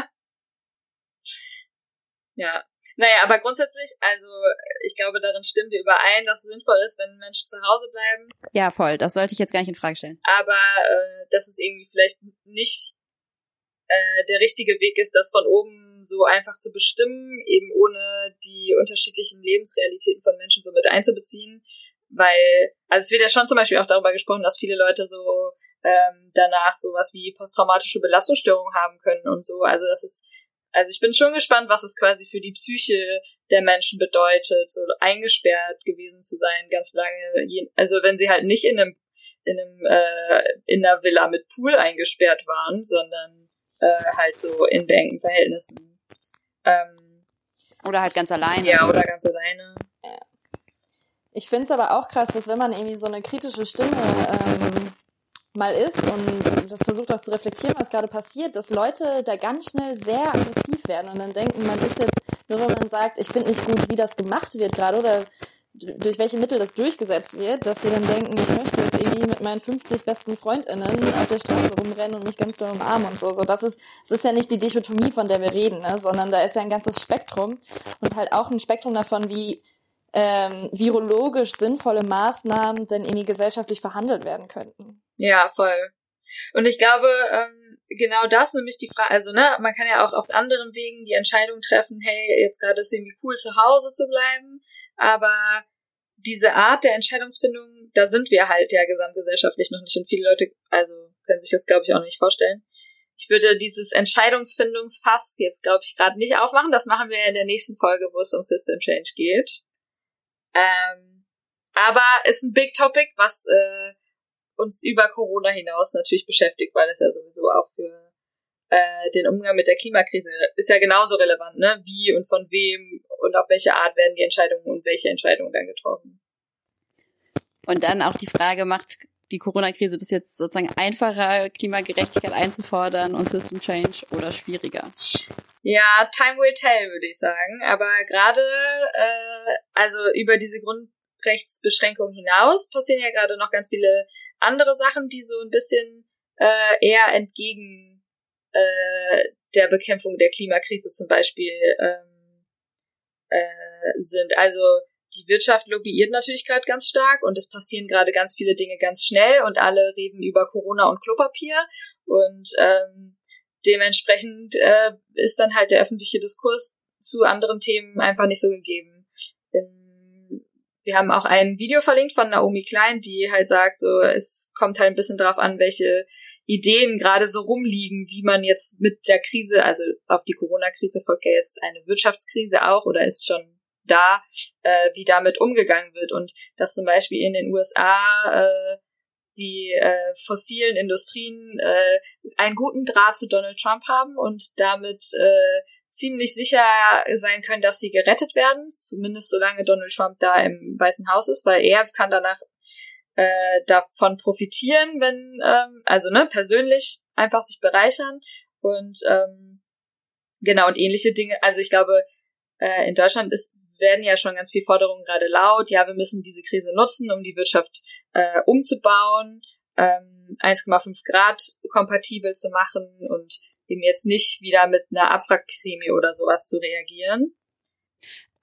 Ja. Naja, aber grundsätzlich, also ich glaube, darin stimmen wir überein, dass es sinnvoll ist, wenn Menschen zu Hause bleiben. Ja, voll. Das sollte ich jetzt gar nicht in Frage stellen. Aber äh, dass es irgendwie vielleicht nicht äh, der richtige Weg ist, das von oben so einfach zu bestimmen, eben ohne die unterschiedlichen Lebensrealitäten von Menschen so mit einzubeziehen. Weil, also es wird ja schon zum Beispiel auch darüber gesprochen, dass viele Leute so ähm, danach sowas wie posttraumatische Belastungsstörungen haben können und so. Also das ist Also ich bin schon gespannt, was es quasi für die Psyche der Menschen bedeutet, so eingesperrt gewesen zu sein, ganz lange. Also wenn sie halt nicht in einem in einem äh, in einer Villa mit Pool eingesperrt waren, sondern äh, halt so in engen Verhältnissen. Ähm, oder halt ganz alleine. Ja, oder ganz alleine. Ich finde es aber auch krass, dass wenn man irgendwie so eine kritische Stimme ähm, mal ist und das versucht auch zu reflektieren, was gerade passiert, dass Leute da ganz schnell sehr aggressiv werden und dann denken, man ist jetzt, nur wenn man sagt, ich finde nicht gut, wie das gemacht wird gerade oder durch welche Mittel das durchgesetzt wird, dass sie dann denken, ich möchte jetzt irgendwie mit meinen fünfzig besten FreundInnen auf der Straße rumrennen und mich ganz doll umarmen und so. So, das ist, es ist ja nicht die Dichotomie, von der wir reden, ne, sondern da ist ja ein ganzes Spektrum und halt auch ein Spektrum davon, wie ähm, virologisch sinnvolle Maßnahmen denn irgendwie gesellschaftlich verhandelt werden könnten. Ja, voll. Und ich glaube, ähm, genau das, nämlich die Frage, also ne, man kann ja auch auf anderen Wegen die Entscheidung treffen, hey, jetzt gerade ist irgendwie cool, zu Hause zu bleiben, aber diese Art der Entscheidungsfindung, da sind wir halt ja gesamtgesellschaftlich noch nicht und viele Leute, also können sich das, glaube ich, auch nicht vorstellen. Ich würde dieses Entscheidungsfindungsfass jetzt, glaube ich, gerade nicht aufmachen, das machen wir in der nächsten Folge, wo es um System Change geht. Ähm, aber ist ein Big Topic, was äh, uns über Corona hinaus natürlich beschäftigt, weil es ja sowieso auch für äh, den Umgang mit der Klimakrise ist ja genauso relevant, ne? Wie und von wem und auf welche Art werden die Entscheidungen und welche Entscheidungen dann getroffen. Und dann auch die Frage, macht die Corona-Krise das jetzt sozusagen einfacher, Klimagerechtigkeit einzufordern und System Change oder schwieriger? Ja, time will tell, würde ich sagen. Aber gerade, äh, also über diese Grundrechtsbeschränkung hinaus passieren ja gerade noch ganz viele andere Sachen, die so ein bisschen äh, eher entgegen äh, der Bekämpfung der Klimakrise zum Beispiel ähm, äh, sind. Also die Wirtschaft lobbyiert natürlich gerade ganz stark und es passieren gerade ganz viele Dinge ganz schnell und alle reden über Corona und Klopapier und ähm, dementsprechend äh, ist dann halt der öffentliche Diskurs zu anderen Themen einfach nicht so gegeben. Ähm, wir haben auch ein Video verlinkt von Naomi Klein, die halt sagt, so es kommt halt ein bisschen drauf an, welche Ideen gerade so rumliegen, wie man jetzt mit der Krise, also auf die Corona-Krise folgt ja jetzt eine Wirtschaftskrise auch oder ist schon da, äh, wie damit umgegangen wird und dass zum Beispiel in den U S A äh, die äh, fossilen Industrien äh, einen guten Draht zu Donald Trump haben und damit äh, ziemlich sicher sein können, dass sie gerettet werden, zumindest solange Donald Trump da im Weißen Haus ist, weil er kann danach äh, davon profitieren, wenn, ähm, also ne, persönlich einfach sich bereichern und ähm, genau, und ähnliche Dinge, also ich glaube, äh, in Deutschland ist werden ja schon ganz viele Forderungen gerade laut. Ja, wir müssen diese Krise nutzen, um die Wirtschaft äh, umzubauen, ähm, eins Komma fünf Grad kompatibel zu machen und eben jetzt nicht wieder mit einer Abwrackprämie oder sowas zu reagieren.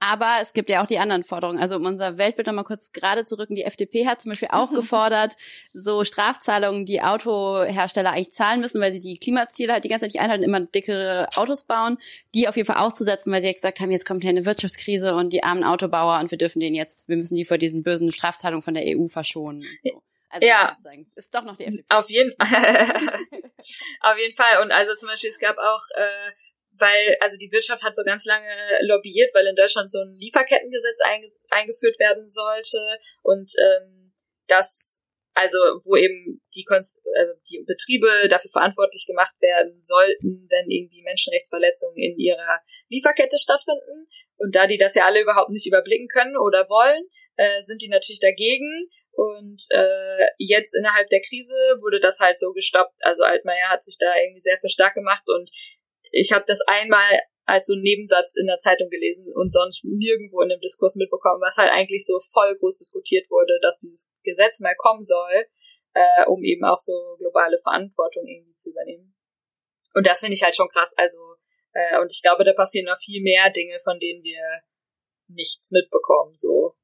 Aber es gibt ja auch die anderen Forderungen. Also um unser Weltbild nochmal kurz gerade zu rücken, die F D P hat zum Beispiel auch gefordert, so Strafzahlungen, die Autohersteller eigentlich zahlen müssen, weil sie die Klimaziele halt die ganze Zeit nicht einhalten, immer dickere Autos bauen, die auf jeden Fall auszusetzen, weil sie ja gesagt haben, jetzt kommt hier eine Wirtschaftskrise und die armen Autobauer und wir dürfen den jetzt, wir müssen die vor diesen bösen Strafzahlungen von der E U verschonen und so. Also ja, sagen, ist doch noch die F D P. Auf jeden Fall. Auf jeden Fall. Und also zum Beispiel, es gab auch, äh, weil, also die Wirtschaft hat so ganz lange lobbyiert, weil in Deutschland so ein Lieferkettengesetz einge- eingeführt werden sollte und ähm, das, also wo eben die, Kon- äh, die Betriebe dafür verantwortlich gemacht werden sollten, wenn irgendwie Menschenrechtsverletzungen in ihrer Lieferkette stattfinden. Und da die das ja alle überhaupt nicht überblicken können oder wollen, äh, sind die natürlich dagegen. Und äh, jetzt innerhalb der Krise wurde das halt so gestoppt. Also Altmaier hat sich da irgendwie sehr für stark gemacht und ich habe das einmal als so einen Nebensatz in der Zeitung gelesen und sonst nirgendwo in dem Diskurs mitbekommen, was halt eigentlich so voll groß diskutiert wurde, dass dieses Gesetz mal kommen soll, äh, um eben auch so globale Verantwortung irgendwie zu übernehmen. Und das finde ich halt schon krass. Also äh, und ich glaube, da passieren noch viel mehr Dinge, von denen wir nichts mitbekommen. So.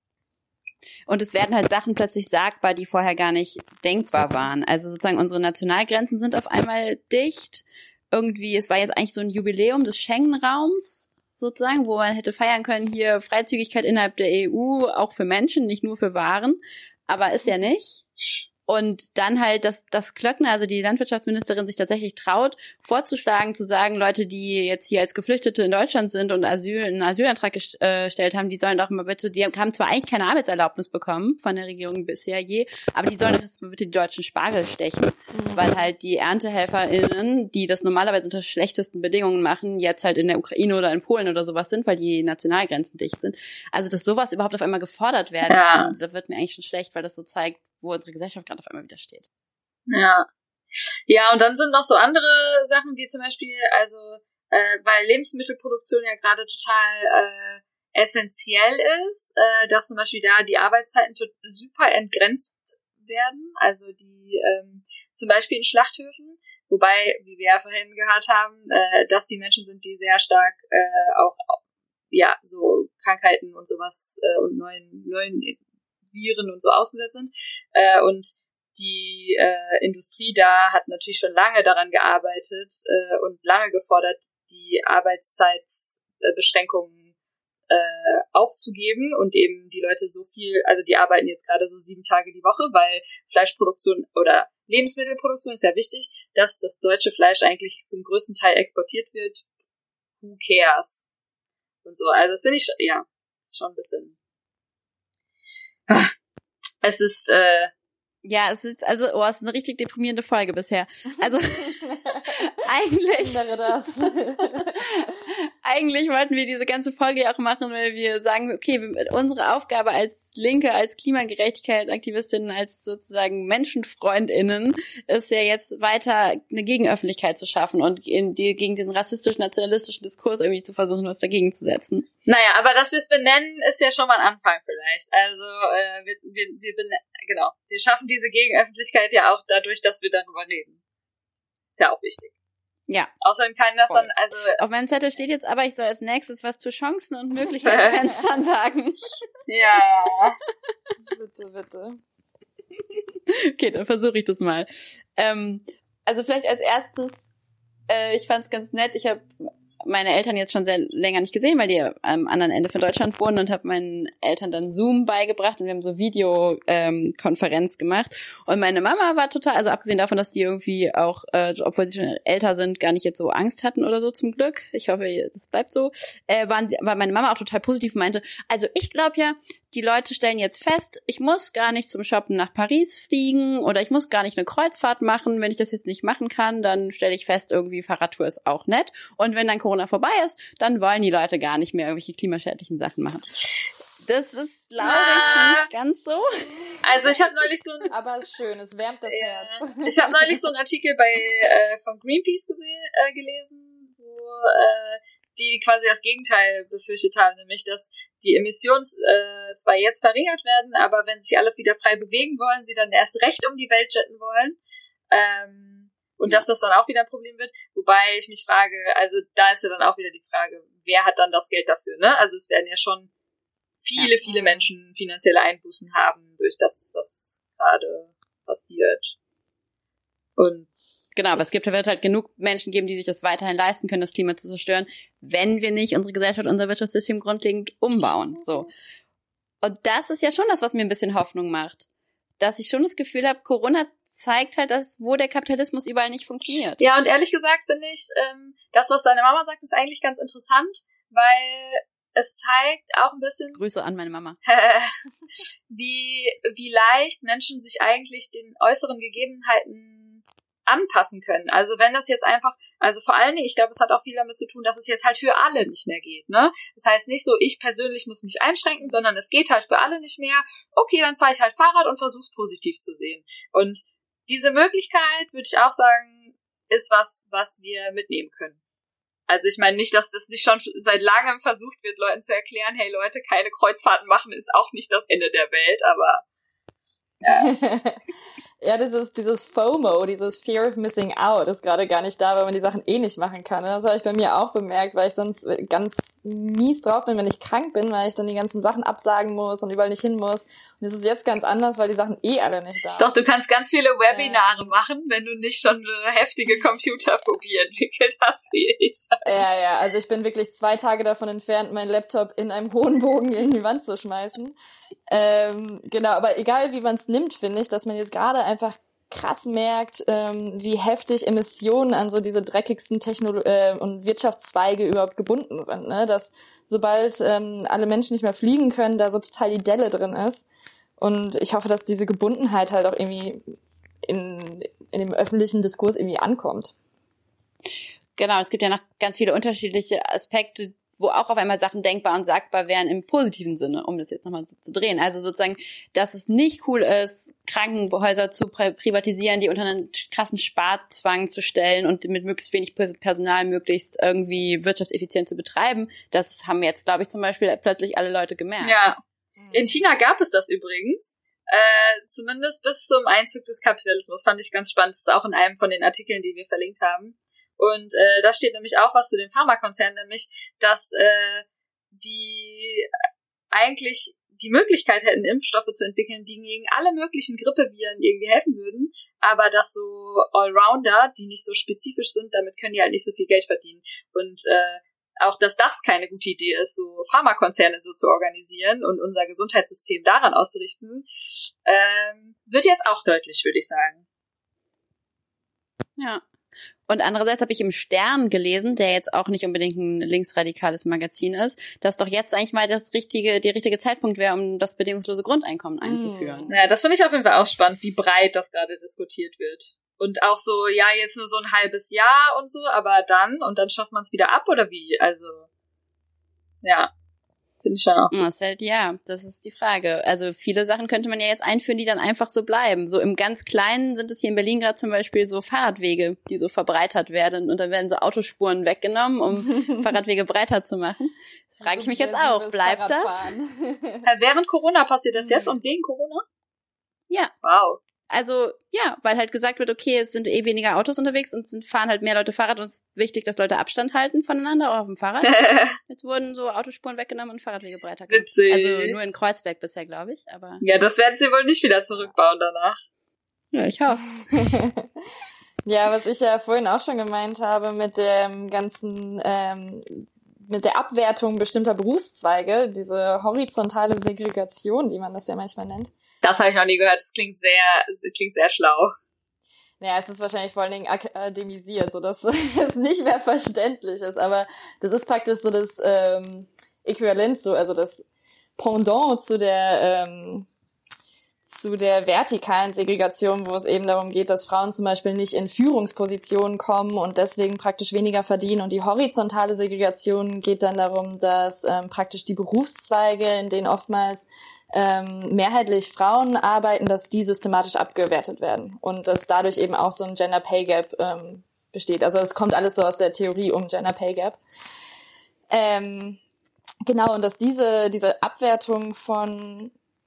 Und es werden halt Sachen plötzlich sagbar, die vorher gar nicht denkbar waren. Also sozusagen unsere Nationalgrenzen sind auf einmal dicht. Irgendwie, es war jetzt eigentlich so ein Jubiläum des Schengen-Raums, sozusagen, wo man hätte feiern können, hier Freizügigkeit innerhalb der E U, auch für Menschen, nicht nur für Waren, aber ist ja nicht. Und dann halt, dass, dass Klöckner, also die Landwirtschaftsministerin, sich tatsächlich traut, vorzuschlagen, zu sagen, Leute, die jetzt hier als Geflüchtete in Deutschland sind und Asyl, einen Asylantrag gestellt haben, die sollen doch mal bitte, die haben zwar eigentlich keine Arbeitserlaubnis bekommen von der Regierung bisher je, aber die sollen jetzt mal bitte die deutschen Spargel stechen, mhm. weil halt die ErntehelferInnen, die das normalerweise unter schlechtesten Bedingungen machen, jetzt halt in der Ukraine oder in Polen oder sowas sind, weil die Nationalgrenzen dicht sind. Also, dass sowas überhaupt auf einmal gefordert werden ja. kann, da wird mir eigentlich schon schlecht, weil das so zeigt, wo unsere Gesellschaft gerade auf einmal wieder steht. Ja. Ja, und dann sind noch so andere Sachen, wie zum Beispiel, also, äh, weil Lebensmittelproduktion ja gerade total äh, essentiell ist, äh, dass zum Beispiel da die Arbeitszeiten super entgrenzt werden, also die ähm, zum Beispiel in Schlachthöfen, wobei, wie wir ja vorhin gehört haben, äh, dass die Menschen sind, die sehr stark äh, auch, ja, so Krankheiten und sowas äh, und neuen, neuen Viren und so ausgesetzt sind. Äh, und die äh, Industrie da hat natürlich schon lange daran gearbeitet äh, und lange gefordert, die Arbeitszeitbeschränkungen äh, aufzugeben und eben die Leute so viel, also die arbeiten jetzt gerade so sieben Tage die Woche, weil Fleischproduktion oder Lebensmittelproduktion ist ja wichtig, dass das deutsche Fleisch eigentlich zum größten Teil exportiert wird. Who cares? Und so, also das finde ich, ja, ist schon ein bisschen es ist, äh, ja, es ist, also, oh, es ist eine richtig deprimierende Folge bisher. Also, eigentlich, das. eigentlich wollten wir diese ganze Folge ja auch machen, weil wir sagen, okay, unsere Aufgabe als Linke, als Klimagerechtigkeitsaktivistinnen, als sozusagen MenschenfreundInnen ist ja jetzt weiter eine Gegenöffentlichkeit zu schaffen und in die, gegen diesen rassistisch-nationalistischen Diskurs irgendwie zu versuchen, was dagegen zu setzen. Naja, aber dass wir es benennen, ist ja schon mal ein Anfang vielleicht. Also, äh, wir, wir, wir benennen, genau, wir schaffen diese Gegenöffentlichkeit ja auch dadurch, dass wir darüber reden. Ist ja auch wichtig. Ja. Außerdem kann das Voll. dann, also... Auf meinem Zettel steht jetzt aber, ich soll als nächstes was zu Chancen und Möglichkeitsfenstern sagen. Ja. Bitte, bitte. Okay, dann versuche ich das mal. Ähm, also vielleicht als erstes, äh, ich fand es ganz nett, ich habe meine Eltern jetzt schon sehr länger nicht gesehen, weil die am anderen Ende von Deutschland wohnen und habe meinen Eltern dann Zoom beigebracht und wir haben so Videokonferenz ähm, gemacht und meine Mama war total, also abgesehen davon, dass die irgendwie auch, äh, obwohl sie schon älter sind, gar nicht jetzt so Angst hatten oder so zum Glück, ich hoffe, das bleibt so, äh, waren, war meine Mama auch total positiv und meinte, also ich glaube ja, die Leute stellen jetzt fest, ich muss gar nicht zum Shoppen nach Paris fliegen oder ich muss gar nicht eine Kreuzfahrt machen. Wenn ich das jetzt nicht machen kann, dann stelle ich fest, irgendwie Fahrradtour ist auch nett. Und wenn dann Corona vorbei ist, dann wollen die Leute gar nicht mehr irgendwelche klimaschädlichen Sachen machen. Das ist, glaube ich, ah. nicht ganz so. Also ich habe neulich so ein... Aber es ist schön, es wärmt das ja. Herz. Ich habe neulich so einen Artikel bei äh, von Greenpeace gesehen, äh, gelesen, wo... Äh, die quasi das Gegenteil befürchtet haben, nämlich, dass die Emissionen äh, zwar jetzt verringert werden, aber wenn sich alle wieder frei bewegen wollen, sie dann erst recht um die Welt jetten wollen. Ähm, und dass das dann auch wieder ein Problem wird. Wobei ich mich frage, also da ist ja dann auch wieder die Frage, wer hat dann das Geld dafür, ne? Also es werden ja schon viele, ja. viele Menschen finanzielle Einbußen haben durch das, was gerade passiert. Und genau, aber es gibt, wird halt genug Menschen geben, die sich das weiterhin leisten können, das Klima zu zerstören, wenn wir nicht unsere Gesellschaft, unser Wirtschaftssystem grundlegend umbauen. So. Und das ist ja schon das, was mir ein bisschen Hoffnung macht. Dass ich schon das Gefühl habe, Corona zeigt halt, dass wo der Kapitalismus überall nicht funktioniert. Ja, und ehrlich gesagt finde ich, ähm, das, was deine Mama sagt, ist eigentlich ganz interessant, weil es zeigt auch ein bisschen... Grüße an meine Mama. wie, wie leicht Menschen sich eigentlich den äußeren Gegebenheiten anpassen können. Also wenn das jetzt einfach, also vor allen Dingen, ich glaube, es hat auch viel damit zu tun, dass es jetzt halt für alle nicht mehr geht, ne? Das heißt nicht so, ich persönlich muss mich einschränken, sondern es geht halt für alle nicht mehr. Okay, dann fahre ich halt Fahrrad und versuch's positiv zu sehen. Und diese Möglichkeit, würde ich auch sagen, ist was, was wir mitnehmen können. Also ich meine nicht, dass das nicht schon seit langem versucht wird, Leuten zu erklären, hey Leute, keine Kreuzfahrten machen ist auch nicht das Ende der Welt, aber ja. Ja, dieses, dieses FOMO, dieses Fear of Missing Out ist gerade gar nicht da, weil man die Sachen eh nicht machen kann. Das habe ich bei mir auch bemerkt, weil ich sonst ganz mies drauf bin, wenn ich krank bin, weil ich dann die ganzen Sachen absagen muss und überall nicht hin muss. Und das ist jetzt ganz anders, weil die Sachen eh alle nicht da sind. Doch, du kannst ganz viele Webinare ähm. machen, wenn du nicht schon eine heftige Computerphobie entwickelt hast, wie ich. Ja, ja, also ich bin wirklich zwei Tage davon entfernt, meinen Laptop in einem hohen Bogen in die Wand zu schmeißen. Ähm, genau, aber egal wie man es nimmt, finde ich, dass man jetzt gerade einfach krass merkt, ähm, wie heftig Emissionen an so diese dreckigsten Techno- äh, und Wirtschaftszweige überhaupt gebunden sind, ne? Dass sobald ähm, alle Menschen nicht mehr fliegen können, da so total die Delle drin ist. Und ich hoffe, dass diese Gebundenheit halt auch irgendwie in, in dem öffentlichen Diskurs irgendwie ankommt. Genau, es gibt ja noch ganz viele unterschiedliche Aspekte, wo auch auf einmal Sachen denkbar und sagbar wären im positiven Sinne, um das jetzt nochmal so zu drehen. Also sozusagen, dass es nicht cool ist, Krankenhäuser zu privatisieren, die unter einen krassen Sparzwang zu stellen und mit möglichst wenig Personal möglichst irgendwie wirtschaftseffizient zu betreiben. Das haben jetzt, glaube ich, zum Beispiel plötzlich alle Leute gemerkt. Ja, in China gab es das übrigens. Äh, zumindest bis zum Einzug des Kapitalismus. Fand ich ganz spannend. Das ist auch in einem von den Artikeln, die wir verlinkt haben. Und äh, da steht nämlich auch was zu den Pharmakonzernen, nämlich, dass äh, die eigentlich die Möglichkeit hätten, Impfstoffe zu entwickeln, die gegen alle möglichen Grippeviren irgendwie helfen würden, aber dass so Allrounder, die nicht so spezifisch sind, damit können die halt nicht so viel Geld verdienen. Und äh, auch, dass das keine gute Idee ist, so Pharmakonzerne so zu organisieren und unser Gesundheitssystem daran auszurichten, ähm, wird jetzt auch deutlich, würde ich sagen. Ja. Und andererseits habe ich im Stern gelesen, der jetzt auch nicht unbedingt ein linksradikales Magazin ist, dass doch jetzt eigentlich mal das richtige, der richtige Zeitpunkt wäre, um das bedingungslose Grundeinkommen einzuführen. Ja, das finde ich auf jeden Fall auch spannend, wie breit das gerade diskutiert wird. Und auch so, ja, jetzt nur so ein halbes Jahr und so, aber dann, und dann schafft man es wieder ab, oder wie? Also, ja. Finde ich schon auch. Das ist halt, ja, das ist die Frage. Also viele Sachen könnte man ja jetzt einführen, die dann einfach so bleiben. So im ganz Kleinen sind es hier in Berlin gerade zum Beispiel so Fahrradwege, die so verbreitert werden und dann werden so Autospuren weggenommen, um Fahrradwege breiter zu machen. Frage ich mich jetzt auch, bleibt das? Während Corona passiert das jetzt und wegen Corona? Ja. Wow. Also, ja, weil halt gesagt wird, okay, es sind eh weniger Autos unterwegs und es fahren halt mehr Leute Fahrrad und es ist wichtig, dass Leute Abstand halten voneinander, auch auf dem Fahrrad. Jetzt wurden so Autospuren weggenommen und Fahrradwege breiter gemacht. Witzig. Also nur in Kreuzberg bisher, glaube ich, aber... Ja, das werden sie wohl nicht wieder zurückbauen danach. Ja, ich hoff's. Ja, was ich ja vorhin auch schon gemeint habe mit dem ganzen... Ähm, mit der Abwertung bestimmter Berufszweige, diese horizontale Segregation, die man das ja manchmal nennt. Das habe ich noch nie gehört. Das klingt sehr, es klingt sehr schlau. Naja, es ist wahrscheinlich vor allen Dingen akademisiert, sodass es nicht mehr verständlich ist. Aber das ist praktisch so das ähm, Äquivalent, so, also das Pendant zu der ähm, zu der vertikalen Segregation, wo es eben darum geht, dass Frauen zum Beispiel nicht in Führungspositionen kommen und deswegen praktisch weniger verdienen. Und die horizontale Segregation geht dann darum, dass ähm, praktisch die Berufszweige, in denen oftmals ähm, mehrheitlich Frauen arbeiten, dass die systematisch abgewertet werden und dass dadurch eben auch so ein Gender Pay Gap ähm, besteht. Also es kommt alles so aus der Theorie um Gender Pay Gap. Ähm, genau, und dass diese diese Abwertung von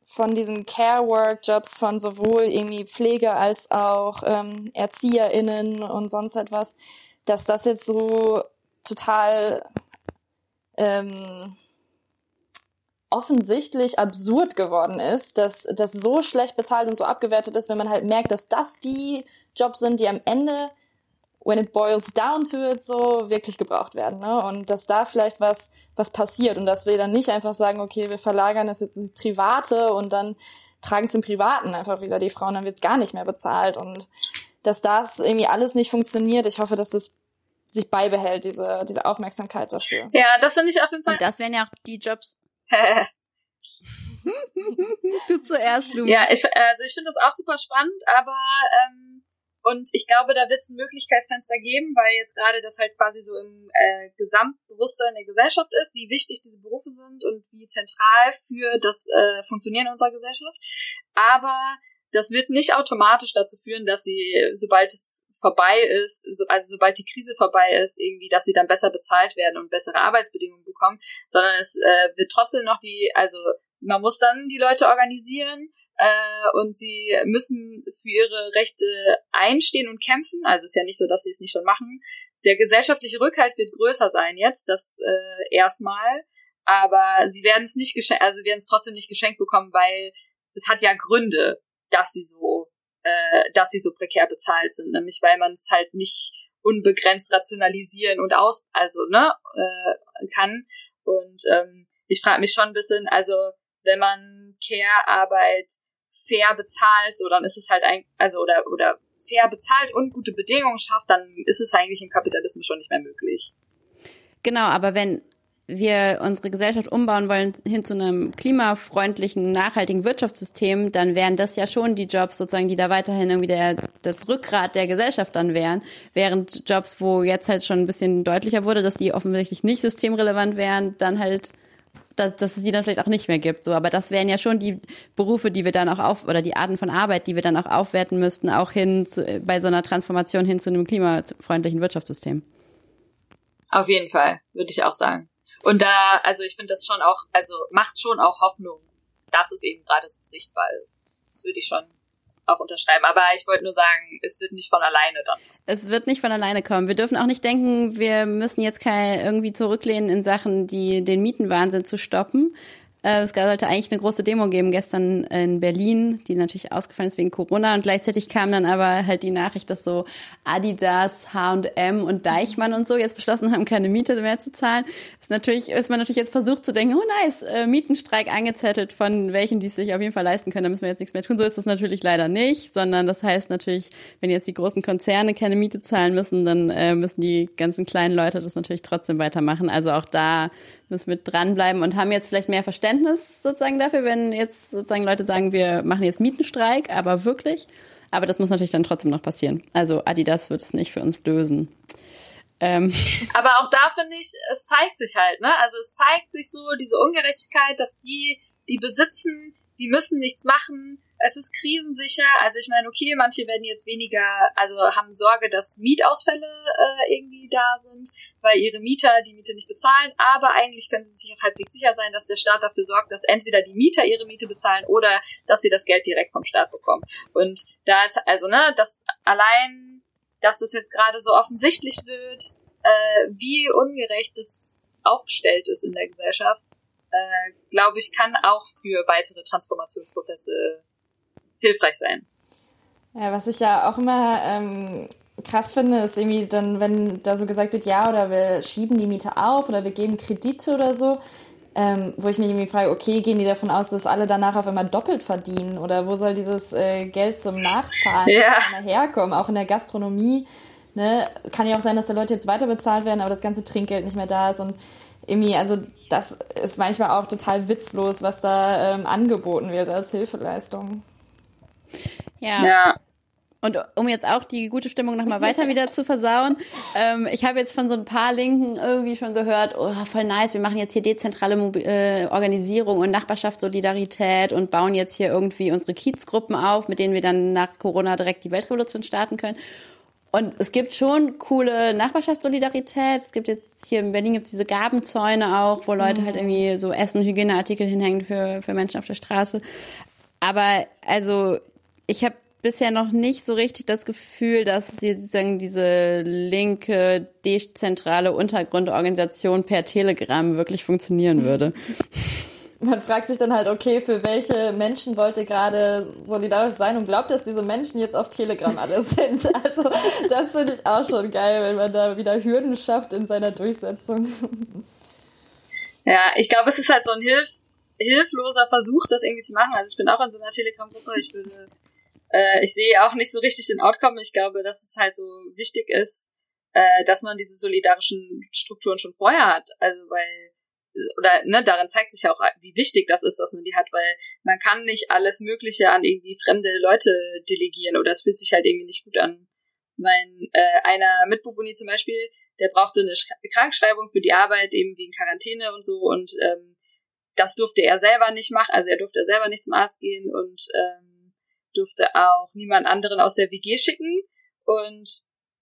von diesen Care-Work-Jobs von sowohl irgendwie Pflege als auch ähm, ErzieherInnen und sonst etwas, dass das jetzt so total ähm, offensichtlich absurd geworden ist, dass das so schlecht bezahlt und so abgewertet ist, wenn man halt merkt, dass das die Jobs sind, die am Ende, when it boils down to it, so wirklich gebraucht werden, ne? Und dass da vielleicht was was passiert und dass wir dann nicht einfach sagen, okay, wir verlagern das jetzt ins Private und dann tragen es im Privaten einfach wieder die Frauen, dann wird es gar nicht mehr bezahlt und dass das irgendwie alles nicht funktioniert. Ich hoffe, dass das sich beibehält, diese diese Aufmerksamkeit dafür. Ja, das finde ich auf jeden Fall. Und das wären ja auch die Jobs. Du zuerst, Lumi. Ja, ich, also ich finde das auch super spannend, aber ähm, und ich glaube, da wird es ein Möglichkeitsfenster geben, weil jetzt gerade das halt quasi so im äh, Gesamtbewusstsein der Gesellschaft ist, wie wichtig diese Berufe sind und wie zentral für das äh, Funktionieren unserer Gesellschaft. Aber das wird nicht automatisch dazu führen, dass sie, sobald es vorbei ist, so, also sobald die Krise vorbei ist, irgendwie, dass sie dann besser bezahlt werden und bessere Arbeitsbedingungen bekommen, sondern es äh, wird trotzdem noch die, also man muss dann die Leute organisieren, äh, und sie müssen für ihre Rechte einstehen und kämpfen. Also es ist ja nicht so, dass sie es nicht schon machen. Der gesellschaftliche Rückhalt wird größer sein jetzt, das äh, erstmal, aber sie werden es nicht geschenkt, also sie werden es trotzdem nicht geschenkt bekommen, weil es hat ja Gründe, dass sie so, äh, dass sie so prekär bezahlt sind, nämlich weil man es halt nicht unbegrenzt rationalisieren und aus, also ne, äh, kann. Und ähm, ich frage mich schon ein bisschen, also wenn man Care-Arbeit fair bezahlt, so, dann ist es halt ein, also oder oder fair bezahlt und gute Bedingungen schafft, dann ist es eigentlich im Kapitalismus schon nicht mehr möglich. Genau, aber wenn wir unsere Gesellschaft umbauen wollen hin zu einem klimafreundlichen, nachhaltigen Wirtschaftssystem, dann wären das ja schon die Jobs sozusagen, die da weiterhin irgendwie der, das Rückgrat der Gesellschaft dann wären, während Jobs, wo jetzt halt schon ein bisschen deutlicher wurde, dass die offensichtlich nicht systemrelevant wären, dann halt dass, dass es die dann vielleicht auch nicht mehr gibt. So, aber das wären ja schon die Berufe, die wir dann auch auf, oder die Arten von Arbeit, die wir dann auch aufwerten müssten, auch hin zu, bei so einer Transformation hin zu einem klimafreundlichen Wirtschaftssystem. Auf jeden Fall, würde ich auch sagen. Und da, also ich finde das schon auch, also macht schon auch Hoffnung, dass es eben gerade so sichtbar ist. Das würde ich schon auch unterschreiben. Aber ich wollte nur sagen, es wird nicht von alleine dann passieren. Es wird nicht von alleine kommen. Wir dürfen auch nicht denken, wir müssen jetzt kein irgendwie zurücklehnen in Sachen, die den Mietenwahnsinn zu stoppen. Es sollte eigentlich eine große Demo geben gestern in Berlin, die natürlich ausgefallen ist wegen Corona. Und gleichzeitig kam dann aber halt die Nachricht, dass so Adidas, H und M und Deichmann und so jetzt beschlossen haben, keine Miete mehr zu zahlen. Ist natürlich, ist man natürlich jetzt versucht zu denken, oh nice, äh, Mietenstreik angezettelt von welchen, die es sich auf jeden Fall leisten können. Da müssen wir jetzt nichts mehr tun. So ist es natürlich leider nicht, sondern das heißt natürlich, wenn jetzt die großen Konzerne keine Miete zahlen müssen, dann äh, müssen die ganzen kleinen Leute das natürlich trotzdem weitermachen. Also auch da müssen wir dranbleiben und haben jetzt vielleicht mehr Verständnis sozusagen dafür, wenn jetzt sozusagen Leute sagen, wir machen jetzt Mietenstreik, aber wirklich. Aber das muss natürlich dann trotzdem noch passieren. Also Adidas wird es nicht für uns lösen. Ähm. Aber auch da finde ich, es zeigt sich halt, ne? Also es zeigt sich so diese Ungerechtigkeit, dass die, die besitzen, die müssen nichts machen. Es ist krisensicher. Also ich meine, okay, manche werden jetzt weniger, also haben Sorge, dass Mietausfälle äh, irgendwie da sind, weil ihre Mieter die Miete nicht bezahlen. Aber eigentlich können sie sich auch halbwegs sicher sein, dass der Staat dafür sorgt, dass entweder die Mieter ihre Miete bezahlen oder dass sie das Geld direkt vom Staat bekommen. Und da, also ne, das allein, dass das jetzt gerade so offensichtlich wird, äh, wie ungerecht das aufgestellt ist in der Gesellschaft, äh, glaube ich, kann auch für weitere Transformationsprozesse hilfreich sein. Ja, was ich ja auch immer ähm, krass finde, ist irgendwie dann, wenn da so gesagt wird, ja, oder wir schieben die Miete auf oder wir geben Kredite oder so, ähm, wo ich mich irgendwie frage, okay, gehen die davon aus, dass alle danach auf einmal doppelt verdienen oder wo soll dieses äh, Geld zum Nachzahlen ja. herkommen? Auch in der Gastronomie, ne, kann ja auch sein, dass da Leute jetzt weiter bezahlt werden, aber das ganze Trinkgeld nicht mehr da ist und irgendwie, also das ist manchmal auch total witzlos, was da ähm, angeboten wird als Hilfeleistung. Ja. ja. Und um jetzt auch die gute Stimmung nochmal weiter wieder zu versauen, ähm, ich habe jetzt von so ein paar Linken irgendwie schon gehört, oh, voll nice, wir machen jetzt hier dezentrale Mobil- äh, Organisierung und Nachbarschaftssolidarität und bauen jetzt hier irgendwie unsere Kiezgruppen auf, mit denen wir dann nach Corona direkt die Weltrevolution starten können. Und es gibt schon coole Nachbarschaftssolidarität. Es gibt jetzt hier in Berlin gibt es diese Gabenzäune auch, wo Leute mhm. halt irgendwie so Essen, Hygieneartikel hinhängen für, für Menschen auf der Straße. Aber also ich habe bisher noch nicht so richtig das Gefühl, dass sozusagen diese linke, dezentrale Untergrundorganisation per Telegram wirklich funktionieren würde. Man fragt sich dann halt, okay, für welche Menschen wollt ihr gerade solidarisch sein und glaubt, dass diese Menschen jetzt auf Telegram alle sind? Also das finde ich auch schon geil, wenn man da wieder Hürden schafft in seiner Durchsetzung. Ja, ich glaube, es ist halt so ein hilf hilfloser Versuch, das irgendwie zu machen. Also ich bin auch in so einer Telegram-Gruppe. Ich würde, äh, ich sehe auch nicht so richtig den Outcome. Ich glaube, dass es halt so wichtig ist, äh, dass man diese solidarischen Strukturen schon vorher hat. Also weil oder ne, darin zeigt sich ja auch, wie wichtig das ist, dass man die hat, weil man kann nicht alles Mögliche an irgendwie fremde Leute delegieren oder es fühlt sich halt irgendwie nicht gut an. Mein äh, einer Mitbewohner zum Beispiel, der brauchte eine Sch- Krankschreibung für die Arbeit, eben wegen Quarantäne und so und ähm, das durfte er selber nicht machen, also er durfte selber nicht zum Arzt gehen und ähm, durfte auch niemand anderen aus der W G schicken und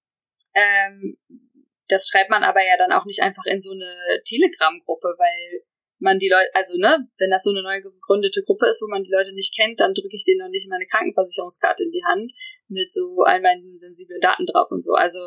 ähm, das schreibt man aber ja dann auch nicht einfach in so eine Telegram-Gruppe, weil man die Leute, also ne, wenn das so eine neu gegründete Gruppe ist, wo man die Leute nicht kennt, dann drücke ich denen noch nicht meine Krankenversicherungskarte in die Hand mit so all meinen sensiblen Daten drauf und so. Also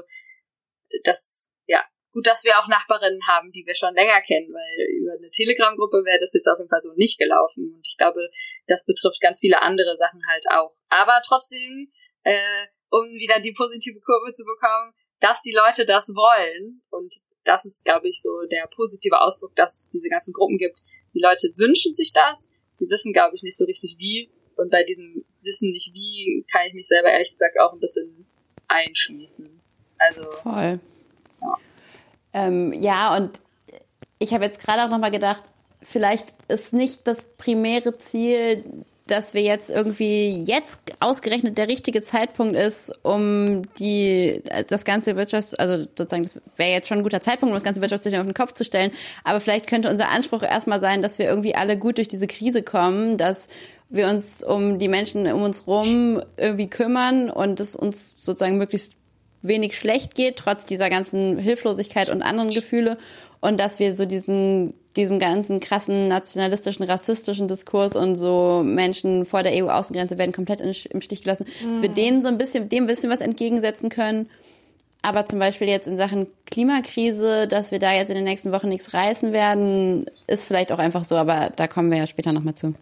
das, ja, gut, dass wir auch Nachbarinnen haben, die wir schon länger kennen, weil über eine Telegram-Gruppe wäre das jetzt auf jeden Fall so nicht gelaufen. Und ich glaube, das betrifft ganz viele andere Sachen halt auch. Aber trotzdem, äh, um wieder die positive Kurve zu bekommen, dass die Leute das wollen und das ist, glaube ich, so der positive Ausdruck, dass es diese ganzen Gruppen gibt. Die Leute wünschen sich das, die wissen, glaube ich, nicht so richtig wie und bei diesem Wissen nicht wie kann ich mich selber ehrlich gesagt auch ein bisschen einschließen. Also voll. Ja, ähm, ja und ich habe jetzt gerade auch nochmal gedacht, vielleicht ist nicht das primäre Ziel, dass wir jetzt irgendwie jetzt ausgerechnet der richtige Zeitpunkt ist, um die das ganze Wirtschafts-, also sozusagen, das wäre jetzt schon ein guter Zeitpunkt, um das ganze Wirtschaftssystem auf den Kopf zu stellen, aber vielleicht könnte unser Anspruch erstmal sein, dass wir irgendwie alle gut durch diese Krise kommen, dass wir uns um die Menschen um uns rum irgendwie kümmern und es uns sozusagen möglichst wenig schlecht geht, trotz dieser ganzen Hilflosigkeit und anderen Gefühle und dass wir so diesen diesem ganzen krassen nationalistischen, rassistischen Diskurs und so Menschen vor der E U-Außengrenze werden komplett in, im Stich gelassen, mhm. dass wir denen so ein bisschen, dem ein bisschen was entgegensetzen können. Aber zum Beispiel jetzt in Sachen Klimakrise, dass wir da jetzt in den nächsten Wochen nichts reißen werden, ist vielleicht auch einfach so, aber da kommen wir ja später nochmal zu.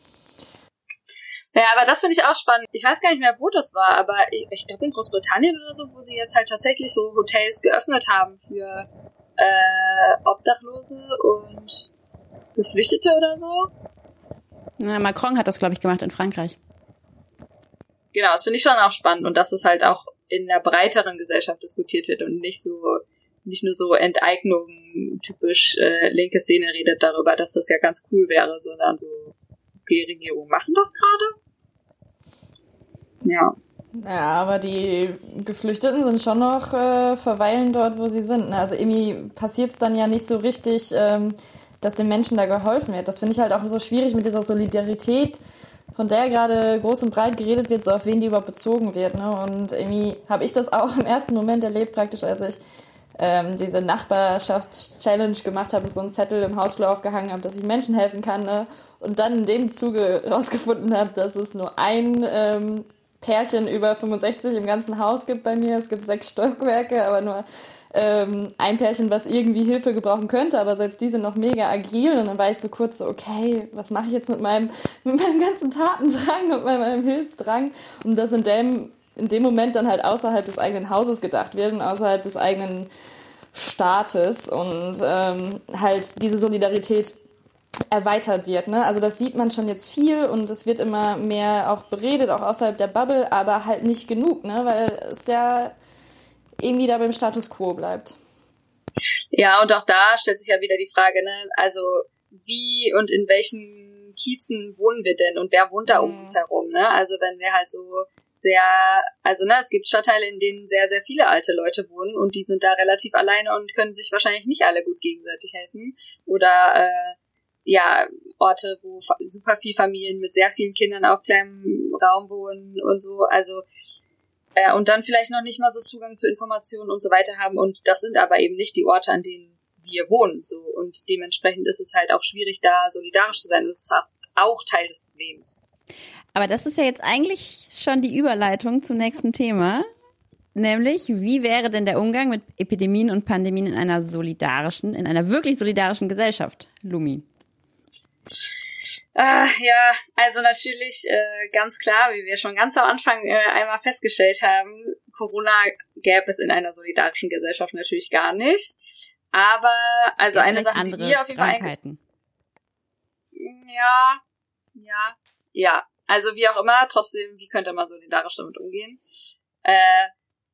Ja, aber das finde ich auch spannend. Ich weiß gar nicht mehr, wo das war, aber ich, ich glaube in Großbritannien oder so, wo sie jetzt halt tatsächlich so Hotels geöffnet haben für Äh, Obdachlose und Geflüchtete oder so. Na, Macron hat das, glaube ich, gemacht in Frankreich. Genau, das finde ich schon auch spannend und dass es halt auch in der breiteren Gesellschaft diskutiert wird und nicht so, nicht nur so Enteignung, typisch äh, linke Szene redet darüber, dass das ja ganz cool wäre, sondern so, okay, Regierungen machen das gerade. Ja. Ja, aber die Geflüchteten sind schon noch, äh, verweilen dort, wo sie sind. Ne? Also irgendwie passiert es dann ja nicht so richtig, ähm, dass den Menschen da geholfen wird. Das finde ich halt auch so schwierig mit dieser Solidarität, von der gerade groß und breit geredet wird, so auf wen die überhaupt bezogen wird. Ne? Und irgendwie habe ich das auch im ersten Moment erlebt, praktisch als ich ähm, diese Nachbarschaftschallenge gemacht habe und so einen Zettel im Hausflur aufgehangen habe, dass ich Menschen helfen kann. Ne? Und dann in dem Zuge rausgefunden habe, dass es nur ein ähm, Pärchen über fünfundsechzig im ganzen Haus gibt bei mir. Es gibt sechs Stockwerke, aber nur ähm, ein Pärchen, was irgendwie Hilfe gebrauchen könnte, aber selbst die sind noch mega agil und dann war ich so kurz so, okay, was mache ich jetzt mit meinem, mit meinem ganzen Tatendrang und meinem, meinem Hilfsdrang? Und das in dem, in dem Moment dann halt außerhalb des eigenen Hauses gedacht wird und außerhalb des eigenen Staates und ähm, halt diese Solidarität erweitert wird, ne? Also das sieht man schon jetzt viel und es wird immer mehr auch beredet, auch außerhalb der Bubble, aber halt nicht genug, ne? Weil es ja irgendwie da beim Status quo bleibt. Ja, und auch da stellt sich ja wieder die Frage, ne? Also wie und in welchen Kiezen wohnen wir denn und wer wohnt da um uns herum, ne? Also wenn wir halt so sehr, also ne, es gibt Stadtteile, in denen sehr, sehr viele alte Leute wohnen und die sind da relativ alleine und können sich wahrscheinlich nicht alle gut gegenseitig helfen. Oder äh, ja, Orte, wo super viel Familien mit sehr vielen Kindern auf kleinem Raum wohnen und so. Also äh, und dann vielleicht noch nicht mal so Zugang zu Informationen und so weiter haben. Und das sind aber eben nicht die Orte, an denen wir wohnen. So. Und dementsprechend ist es halt auch schwierig, da solidarisch zu sein. Das ist auch Teil des Problems. Aber das ist ja jetzt eigentlich schon die Überleitung zum nächsten Thema. Nämlich, wie wäre denn der Umgang mit Epidemien und Pandemien in einer solidarischen, in einer wirklich solidarischen Gesellschaft, Lumi? Ah, ja, also natürlich äh, ganz klar, wie wir schon ganz am Anfang äh, einmal festgestellt haben, Corona gäbe es in einer solidarischen Gesellschaft natürlich gar nicht. Aber, also ja, eine Sache, die wir auf jeden Fall... Krankheiten. Ja, ja, ja. Also wie auch immer, trotzdem, wie könnte man solidarisch damit umgehen? Äh,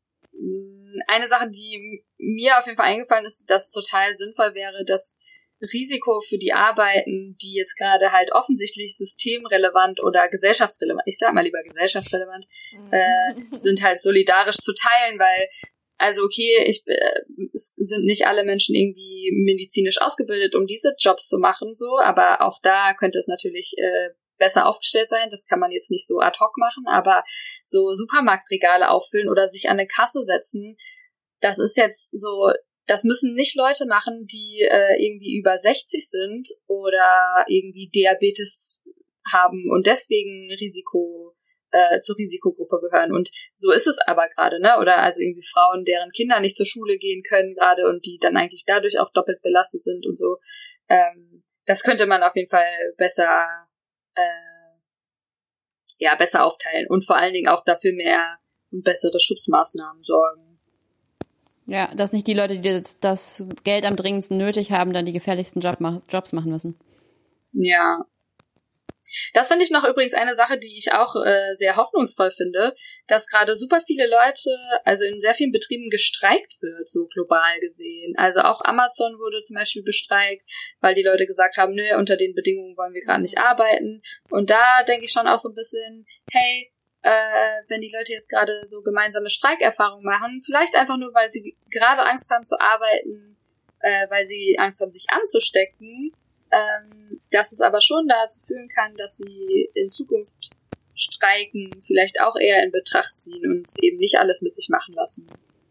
Eine Sache, die mir auf jeden Fall eingefallen ist, dass es total sinnvoll wäre, das Risiko für die Arbeiten, die jetzt gerade halt offensichtlich systemrelevant oder gesellschaftsrelevant, ich sag mal lieber gesellschaftsrelevant, äh, sind halt solidarisch zu teilen, weil, also okay, ich, äh, es sind nicht alle Menschen irgendwie medizinisch ausgebildet, um diese Jobs zu machen, so, aber auch da könnte es natürlich äh, besser aufgestellt sein. Das kann man jetzt nicht so ad hoc machen, aber so Supermarktregale auffüllen oder sich an eine Kasse setzen, das ist jetzt so, das müssen nicht Leute machen, die äh, irgendwie über sechzig sind oder irgendwie Diabetes haben und deswegen Risiko äh, zur Risikogruppe gehören. Und so ist es aber gerade, ne? Oder also irgendwie Frauen, deren Kinder nicht zur Schule gehen können gerade und die dann eigentlich dadurch auch doppelt belastet sind und so. Ähm, das könnte man auf jeden Fall besser Äh, ja, besser aufteilen und vor allen Dingen auch dafür mehr und bessere Schutzmaßnahmen sorgen. Ja, dass nicht die Leute, die jetzt das Geld am dringendsten nötig haben, dann die gefährlichsten Job mach- Jobs machen müssen. Ja. Das finde ich noch übrigens eine Sache, die ich auch äh, sehr hoffnungsvoll finde, dass gerade super viele Leute, also in sehr vielen Betrieben gestreikt wird, so global gesehen. Also auch Amazon wurde zum Beispiel bestreikt, weil die Leute gesagt haben, nö, unter den Bedingungen wollen wir gerade nicht arbeiten. Und da denke ich schon auch so ein bisschen, hey, äh, wenn die Leute jetzt gerade so gemeinsame Streikerfahrungen machen, vielleicht einfach nur, weil sie gerade Angst haben zu arbeiten, äh, weil sie Angst haben, sich anzustecken, ähm, dass es aber schon dazu führen kann, dass sie in Zukunft Streiken vielleicht auch eher in Betracht ziehen und eben nicht alles mit sich machen lassen.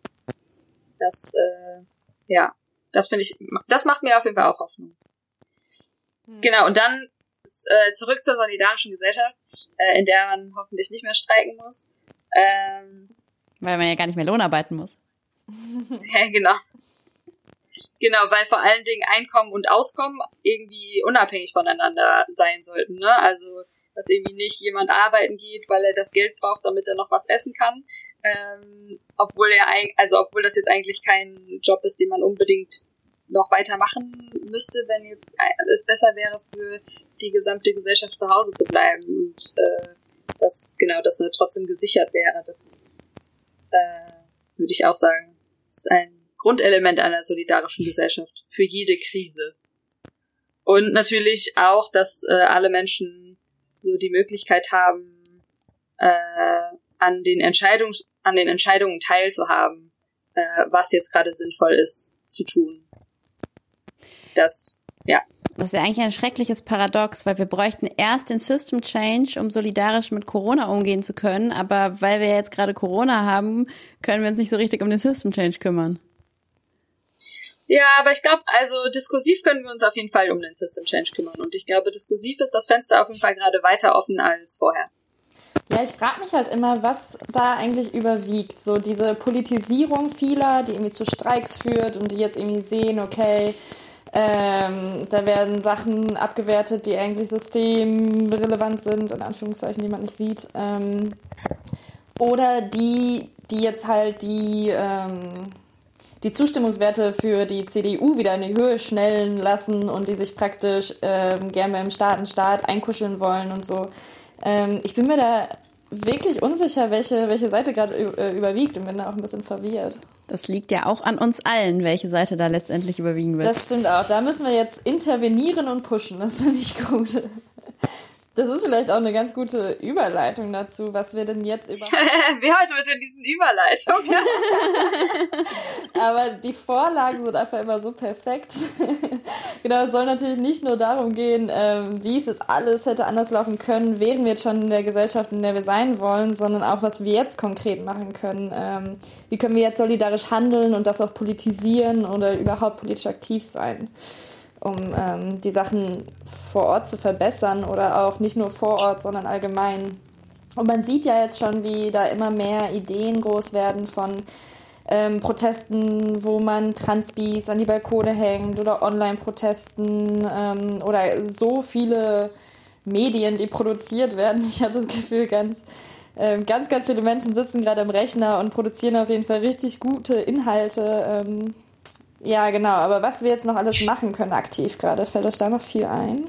Das, äh, ja, das finde ich, das macht mir auf jeden Fall auch Hoffnung. Hm. Genau, und dann äh, zurück zur solidarischen Gesellschaft, äh, in der man hoffentlich nicht mehr streiken muss. Ähm, Weil man ja gar nicht mehr Lohn arbeiten muss. Ja, genau. Genau, weil vor allen Dingen Einkommen und Auskommen irgendwie unabhängig voneinander sein sollten, ne? Also, dass irgendwie nicht jemand arbeiten geht, weil er das Geld braucht, damit er noch was essen kann, ähm, obwohl er, also obwohl das jetzt eigentlich kein Job ist, den man unbedingt noch weitermachen müsste, wenn jetzt es besser wäre, für die gesamte Gesellschaft zu Hause zu bleiben und äh, dass genau, dass er trotzdem gesichert wäre. Das äh, würde ich auch sagen, das ist ein Grundelement einer solidarischen Gesellschaft für jede Krise. Und natürlich auch, dass äh, alle Menschen so die Möglichkeit haben, äh, an den Entscheidungs- an den Entscheidungen teilzuhaben, äh, was jetzt gerade sinnvoll ist zu tun. Das, ja. Das ist ja eigentlich ein schreckliches Paradox, weil wir bräuchten erst den System Change, um solidarisch mit Corona umgehen zu können, aber weil wir jetzt gerade Corona haben, können wir uns nicht so richtig um den System Change kümmern. Ja, aber ich glaube, also diskursiv können wir uns auf jeden Fall um den System Change kümmern. Und ich glaube, diskursiv ist das Fenster auf jeden Fall gerade weiter offen als vorher. Ja, ich frage mich halt immer, was da eigentlich überwiegt. So diese Politisierung vieler, die irgendwie zu Streiks führt und die jetzt irgendwie sehen, okay, ähm, da werden Sachen abgewertet, die eigentlich systemrelevant sind, in Anführungszeichen, die man nicht sieht. Ähm, oder die, die jetzt halt die... Ähm, die Zustimmungswerte für die C D U wieder in die Höhe schnellen lassen und die sich praktisch ähm, gerne im Staatenstaat einkuscheln wollen und so. Ähm, ich bin mir da wirklich unsicher, welche, welche Seite gerade äh, überwiegt und bin da auch ein bisschen verwirrt. Das liegt ja auch an uns allen, welche Seite da letztendlich überwiegen wird. Das stimmt auch. Da müssen wir jetzt intervenieren und pushen. Das finde ich gut. Das ist vielleicht auch eine ganz gute Überleitung dazu, was wir denn jetzt überhaupt... Wie heute mit diesen Überleitungen. Aber die Vorlagen sind einfach immer so perfekt. Genau, es soll natürlich nicht nur darum gehen, ähm, wie es jetzt alles hätte anders laufen können, wären wir jetzt schon in der Gesellschaft, in der wir sein wollen, sondern auch, was wir jetzt konkret machen können. Ähm, wie können wir jetzt solidarisch handeln und das auch politisieren oder überhaupt politisch aktiv sein, um ähm, die Sachen vor Ort zu verbessern oder auch nicht nur vor Ort, sondern allgemein. Und man sieht ja jetzt schon, wie da immer mehr Ideen groß werden von ähm, Protesten, wo man Transbis an die Balkone hängt oder Online-Protesten ähm, oder so viele Medien, die produziert werden. Ich habe das Gefühl, ganz, ähm, ganz, ganz viele Menschen sitzen gerade am Rechner und produzieren auf jeden Fall richtig gute Inhalte. Ähm, Ja, genau. Aber was wir jetzt noch alles machen können aktiv gerade, fällt euch da noch viel ein?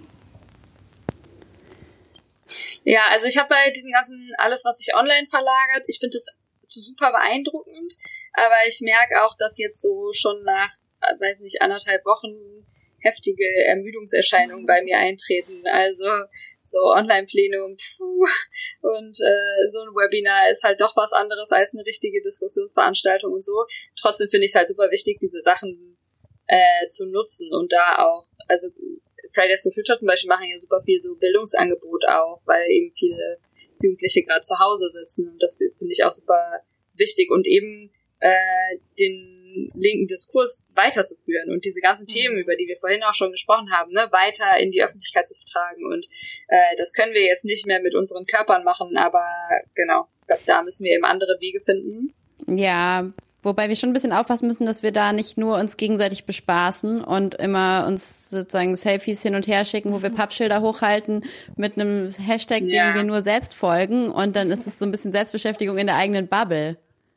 Ja, also ich habe bei diesem ganzen, alles, was sich online verlagert, ich finde das super beeindruckend, aber ich merke auch, dass jetzt so schon nach, weiß nicht, anderthalb Wochen heftige Ermüdungserscheinungen bei mir eintreten. Also so Online-Plenum, puh, und äh, so ein Webinar ist halt doch was anderes als eine richtige Diskussionsveranstaltung und so. Trotzdem finde ich es halt super wichtig, diese Sachen äh, zu nutzen und da auch, also Fridays for Future zum Beispiel machen ja super viel so Bildungsangebot auch, weil eben viele Jugendliche gerade zu Hause sitzen und das finde ich auch super wichtig und eben äh, den linken Diskurs weiterzuführen und diese ganzen Themen, über die wir vorhin auch schon gesprochen haben, ne, weiter in die Öffentlichkeit zu vertragen. Und äh, das können wir jetzt nicht mehr mit unseren Körpern machen, aber genau, ich glaube, da müssen wir eben andere Wege finden. Ja, wobei wir schon ein bisschen aufpassen müssen, dass wir da nicht nur uns gegenseitig bespaßen und immer uns sozusagen Selfies hin und her schicken, wo wir Pappschilder hochhalten mit einem Hashtag, Ja. dem wir nur selbst folgen, und dann ist es so ein bisschen Selbstbeschäftigung in der eigenen Bubble.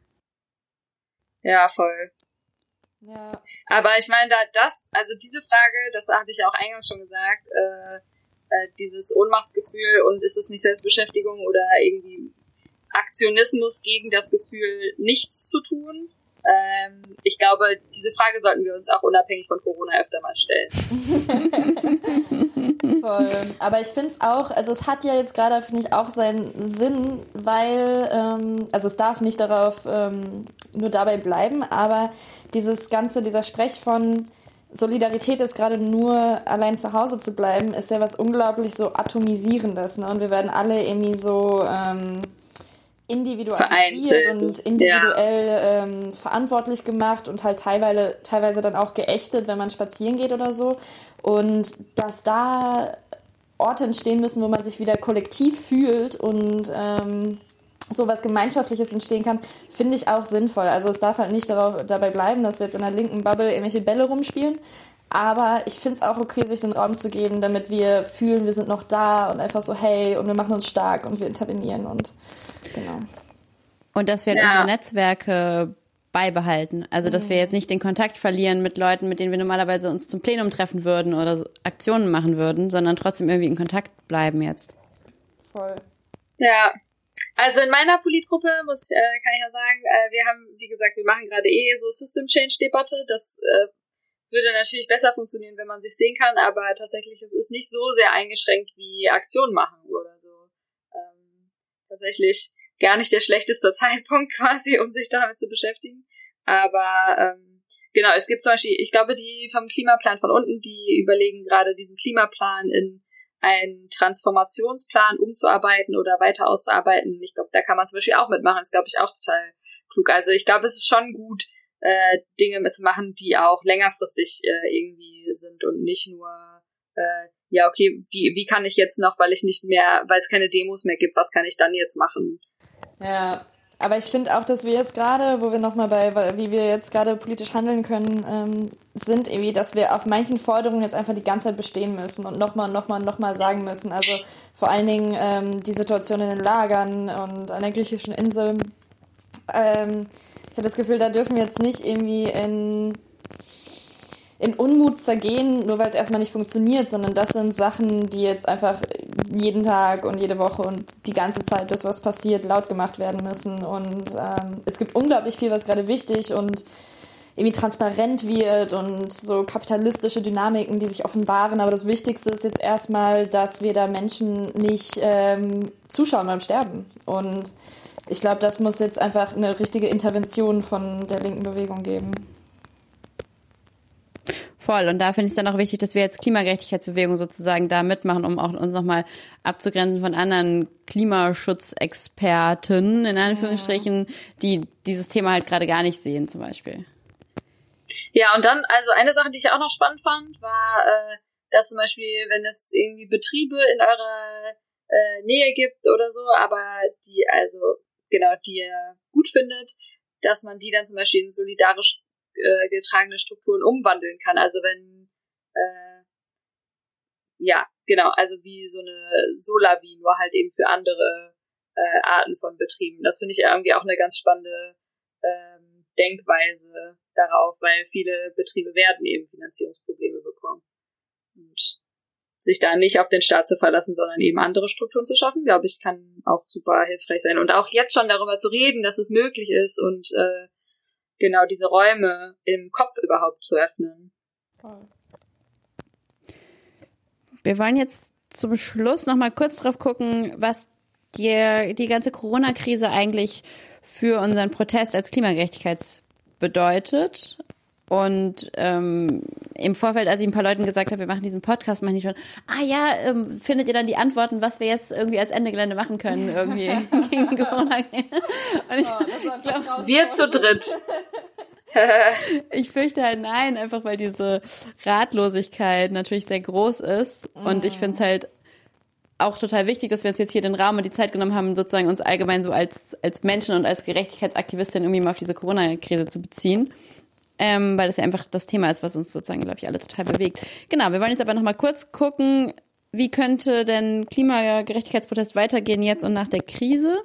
Ja, voll. Ja. Aber ich meine, da das, also diese Frage, das habe ich ja auch eingangs schon gesagt, äh, äh, dieses Ohnmachtsgefühl und ist es nicht Selbstbeschäftigung oder irgendwie Aktionismus gegen das Gefühl, nichts zu tun? Ähm, ich glaube, diese Frage sollten wir uns auch unabhängig von Corona öfter mal stellen. Voll. Aber ich finde es auch, also es hat ja jetzt gerade, finde ich, auch seinen Sinn, weil, ähm, also es darf nicht darauf ähm, nur dabei bleiben, aber dieses ganze, dieser Sprech von Solidarität ist gerade nur allein zu Hause zu bleiben, ist ja was unglaublich so Atomisierendes, ne? Und wir werden alle irgendwie so ähm, individualisiert Vereinzelt, und so. individuell ja. ähm, verantwortlich gemacht und halt teilweise, teilweise dann auch geächtet, wenn man spazieren geht oder so. Und dass da Orte entstehen müssen, wo man sich wieder kollektiv fühlt und ähm, so was Gemeinschaftliches entstehen kann, finde ich auch sinnvoll. Also es darf halt nicht darauf, dabei bleiben, dass wir jetzt in der linken Bubble irgendwelche Bälle rumspielen. Aber ich finde es auch okay, sich den Raum zu geben, damit wir fühlen, wir sind noch da und einfach so, hey, und wir machen uns stark und wir intervenieren und genau. Und dass wir Ja. unsere Netzwerke beibehalten. Also, dass wir jetzt nicht den Kontakt verlieren mit Leuten, mit denen wir normalerweise uns zum Plenum treffen würden oder so Aktionen machen würden, sondern trotzdem irgendwie in Kontakt bleiben jetzt. Voll. Ja, also in meiner Politgruppe muss ich, äh, kann ich ja sagen, äh, wir haben, wie gesagt, wir machen gerade eh so System Change Debatte. Das äh, würde natürlich besser funktionieren, wenn man sich sehen kann, aber tatsächlich es ist nicht so sehr eingeschränkt wie Aktionen machen oder so. Ähm, tatsächlich gar nicht der schlechteste Zeitpunkt quasi, um sich damit zu beschäftigen. Aber ähm, genau, es gibt zum Beispiel, ich glaube, die vom Klimaplan von unten, die überlegen gerade diesen Klimaplan in einen Transformationsplan umzuarbeiten oder weiter auszuarbeiten. Ich glaube, da kann man zum Beispiel auch mitmachen. Das ist, glaube ich, auch total klug. Also ich glaube, es ist schon gut, äh, Dinge mitzumachen, die auch längerfristig äh, irgendwie sind und nicht nur, äh, ja, okay, wie, wie kann ich jetzt noch, weil ich nicht mehr, weil es keine Demos mehr gibt, was kann ich dann jetzt machen? Ja, aber ich finde auch, dass wir jetzt gerade, wo wir nochmal bei, wie wir jetzt gerade politisch handeln können, ähm, sind irgendwie, dass wir auf manchen Forderungen jetzt einfach die ganze Zeit bestehen müssen und nochmal, nochmal, nochmal sagen müssen. Also vor allen Dingen ähm, die Situation in den Lagern und an der griechischen Insel. Ähm, ich habe das Gefühl, da dürfen wir jetzt nicht irgendwie in, in Unmut zergehen, nur weil es erstmal nicht funktioniert, sondern das sind Sachen, die jetzt einfach jeden Tag und jede Woche und die ganze Zeit, bis was passiert, laut gemacht werden müssen. Und ähm, es gibt unglaublich viel, was gerade wichtig und irgendwie transparent wird und so kapitalistische Dynamiken, die sich offenbaren. Aber das Wichtigste ist jetzt erstmal, dass wir da Menschen nicht ähm, zuschauen beim Sterben. Und ich glaube, das muss jetzt einfach eine richtige Intervention von der linken Bewegung geben. Voll. Und da finde ich es dann auch wichtig, dass wir als Klimagerechtigkeitsbewegung sozusagen da mitmachen, um auch uns nochmal abzugrenzen von anderen Klimaschutzexperten, in Anführungsstrichen, die dieses Thema halt gerade gar nicht sehen, zum Beispiel. Ja, und dann, also eine Sache, die ich auch noch spannend fand, war, äh, dass zum Beispiel, wenn es irgendwie Betriebe in eurer äh, Nähe gibt oder so, aber die, also, genau, die ihr gut findet, dass man die dann zum Beispiel in solidarisch äh, getragene Strukturen umwandeln kann. Also wenn, äh, ja, genau, also wie so eine Solavi, nur halt eben für andere äh, Arten von Betrieben. Das finde ich irgendwie auch eine ganz spannende ähm, Denkweise darauf, weil viele Betriebe werden eben Finanzierungsprobleme bekommen. Und sich da nicht auf den Staat zu verlassen, sondern eben andere Strukturen zu schaffen, glaube ich, kann auch super hilfreich sein. Und auch jetzt schon darüber zu reden, dass es möglich ist und äh, genau diese Räume im Kopf überhaupt zu öffnen. Wir wollen jetzt zum Schluss noch mal kurz drauf gucken, was die, die ganze Corona-Krise eigentlich für unseren Protest als Klimagerechtigkeit bedeutet. Und ähm, im Vorfeld, als ich ein paar Leuten gesagt habe, wir machen diesen Podcast, machen die schon, ah ja, ähm, findet ihr dann die Antworten, was wir jetzt irgendwie als Ende Gelände machen können, irgendwie gegen Corona? Und ich Oh, glaub, wir zu dritt. Ich fürchte halt nein, einfach weil diese Ratlosigkeit natürlich sehr groß ist. Mm. Und ich finde es halt auch total wichtig, dass wir uns jetzt hier den Raum und die Zeit genommen haben, sozusagen uns allgemein so als als Menschen und als Gerechtigkeitsaktivistin irgendwie mal auf diese Corona-Krise zu beziehen. Ähm, weil das ja einfach das Thema ist, was uns sozusagen, glaube ich, alle total bewegt. Genau, wir wollen jetzt aber nochmal kurz gucken, wie könnte denn Klimagerechtigkeitsprotest weitergehen jetzt und nach der Krise?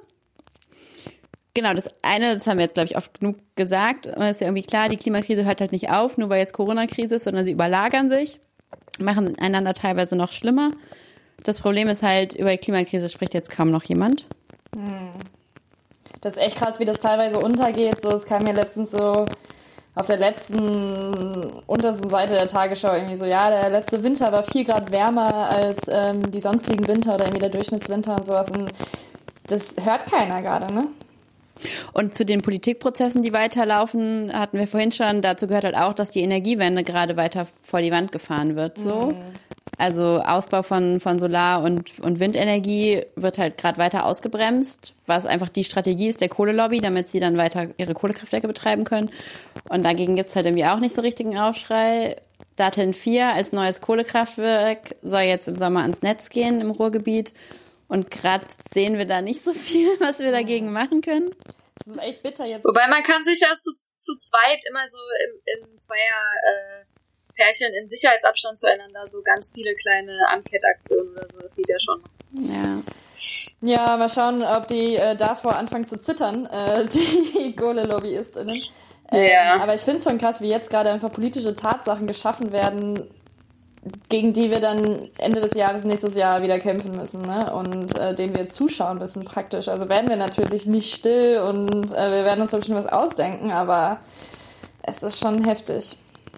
Genau, das eine, das haben wir jetzt, glaube ich, oft genug gesagt, ist ja irgendwie klar, die Klimakrise hört halt nicht auf, nur weil jetzt Corona-Krise ist, sondern sie überlagern sich, machen einander teilweise noch schlimmer. Das Problem ist halt, über die Klimakrise spricht jetzt kaum noch jemand. Hm. Das ist echt krass, wie das teilweise untergeht. So, es kam mir letztens so auf der letzten, untersten Seite der Tagesschau irgendwie so, ja, der letzte Winter war vier Grad wärmer als ähm, die sonstigen Winter oder irgendwie der Durchschnittswinter und sowas. Und das hört keiner gerade, ne? Und zu den Politikprozessen, die weiterlaufen, hatten wir vorhin schon, dazu gehört halt auch, dass die Energiewende gerade weiter vor die Wand gefahren wird, so. Mhm. Also Ausbau von, von Solar- und, und Windenergie wird halt gerade weiter ausgebremst, was einfach die Strategie ist der Kohlelobby, damit sie dann weiter ihre Kohlekraftwerke betreiben können. Und dagegen gibt's halt irgendwie auch nicht so richtigen Aufschrei. Datteln vier als neues Kohlekraftwerk soll jetzt im Sommer ans Netz gehen im Ruhrgebiet. Und gerade sehen wir da nicht so viel, was wir dagegen machen können. Das ist echt bitter jetzt. Wobei man kann sich ja zu, zu zweit immer so in, in zweier äh, Pärchen in Sicherheitsabstand zueinander so ganz viele kleine Ankettaktionen oder so, das geht ja schon. Ja. Ja, mal schauen, ob die äh, davor anfangen zu zittern, äh, die Kohle-LobbyistInnen. Ähm, ja. Aber ich finde es schon krass, wie jetzt gerade einfach politische Tatsachen geschaffen werden, gegen die wir dann Ende des Jahres, nächstes Jahr wieder kämpfen müssen, ne? Und äh, denen wir zuschauen müssen praktisch. Also werden wir natürlich nicht still und äh, wir werden uns bestimmt was ausdenken, aber es ist schon heftig.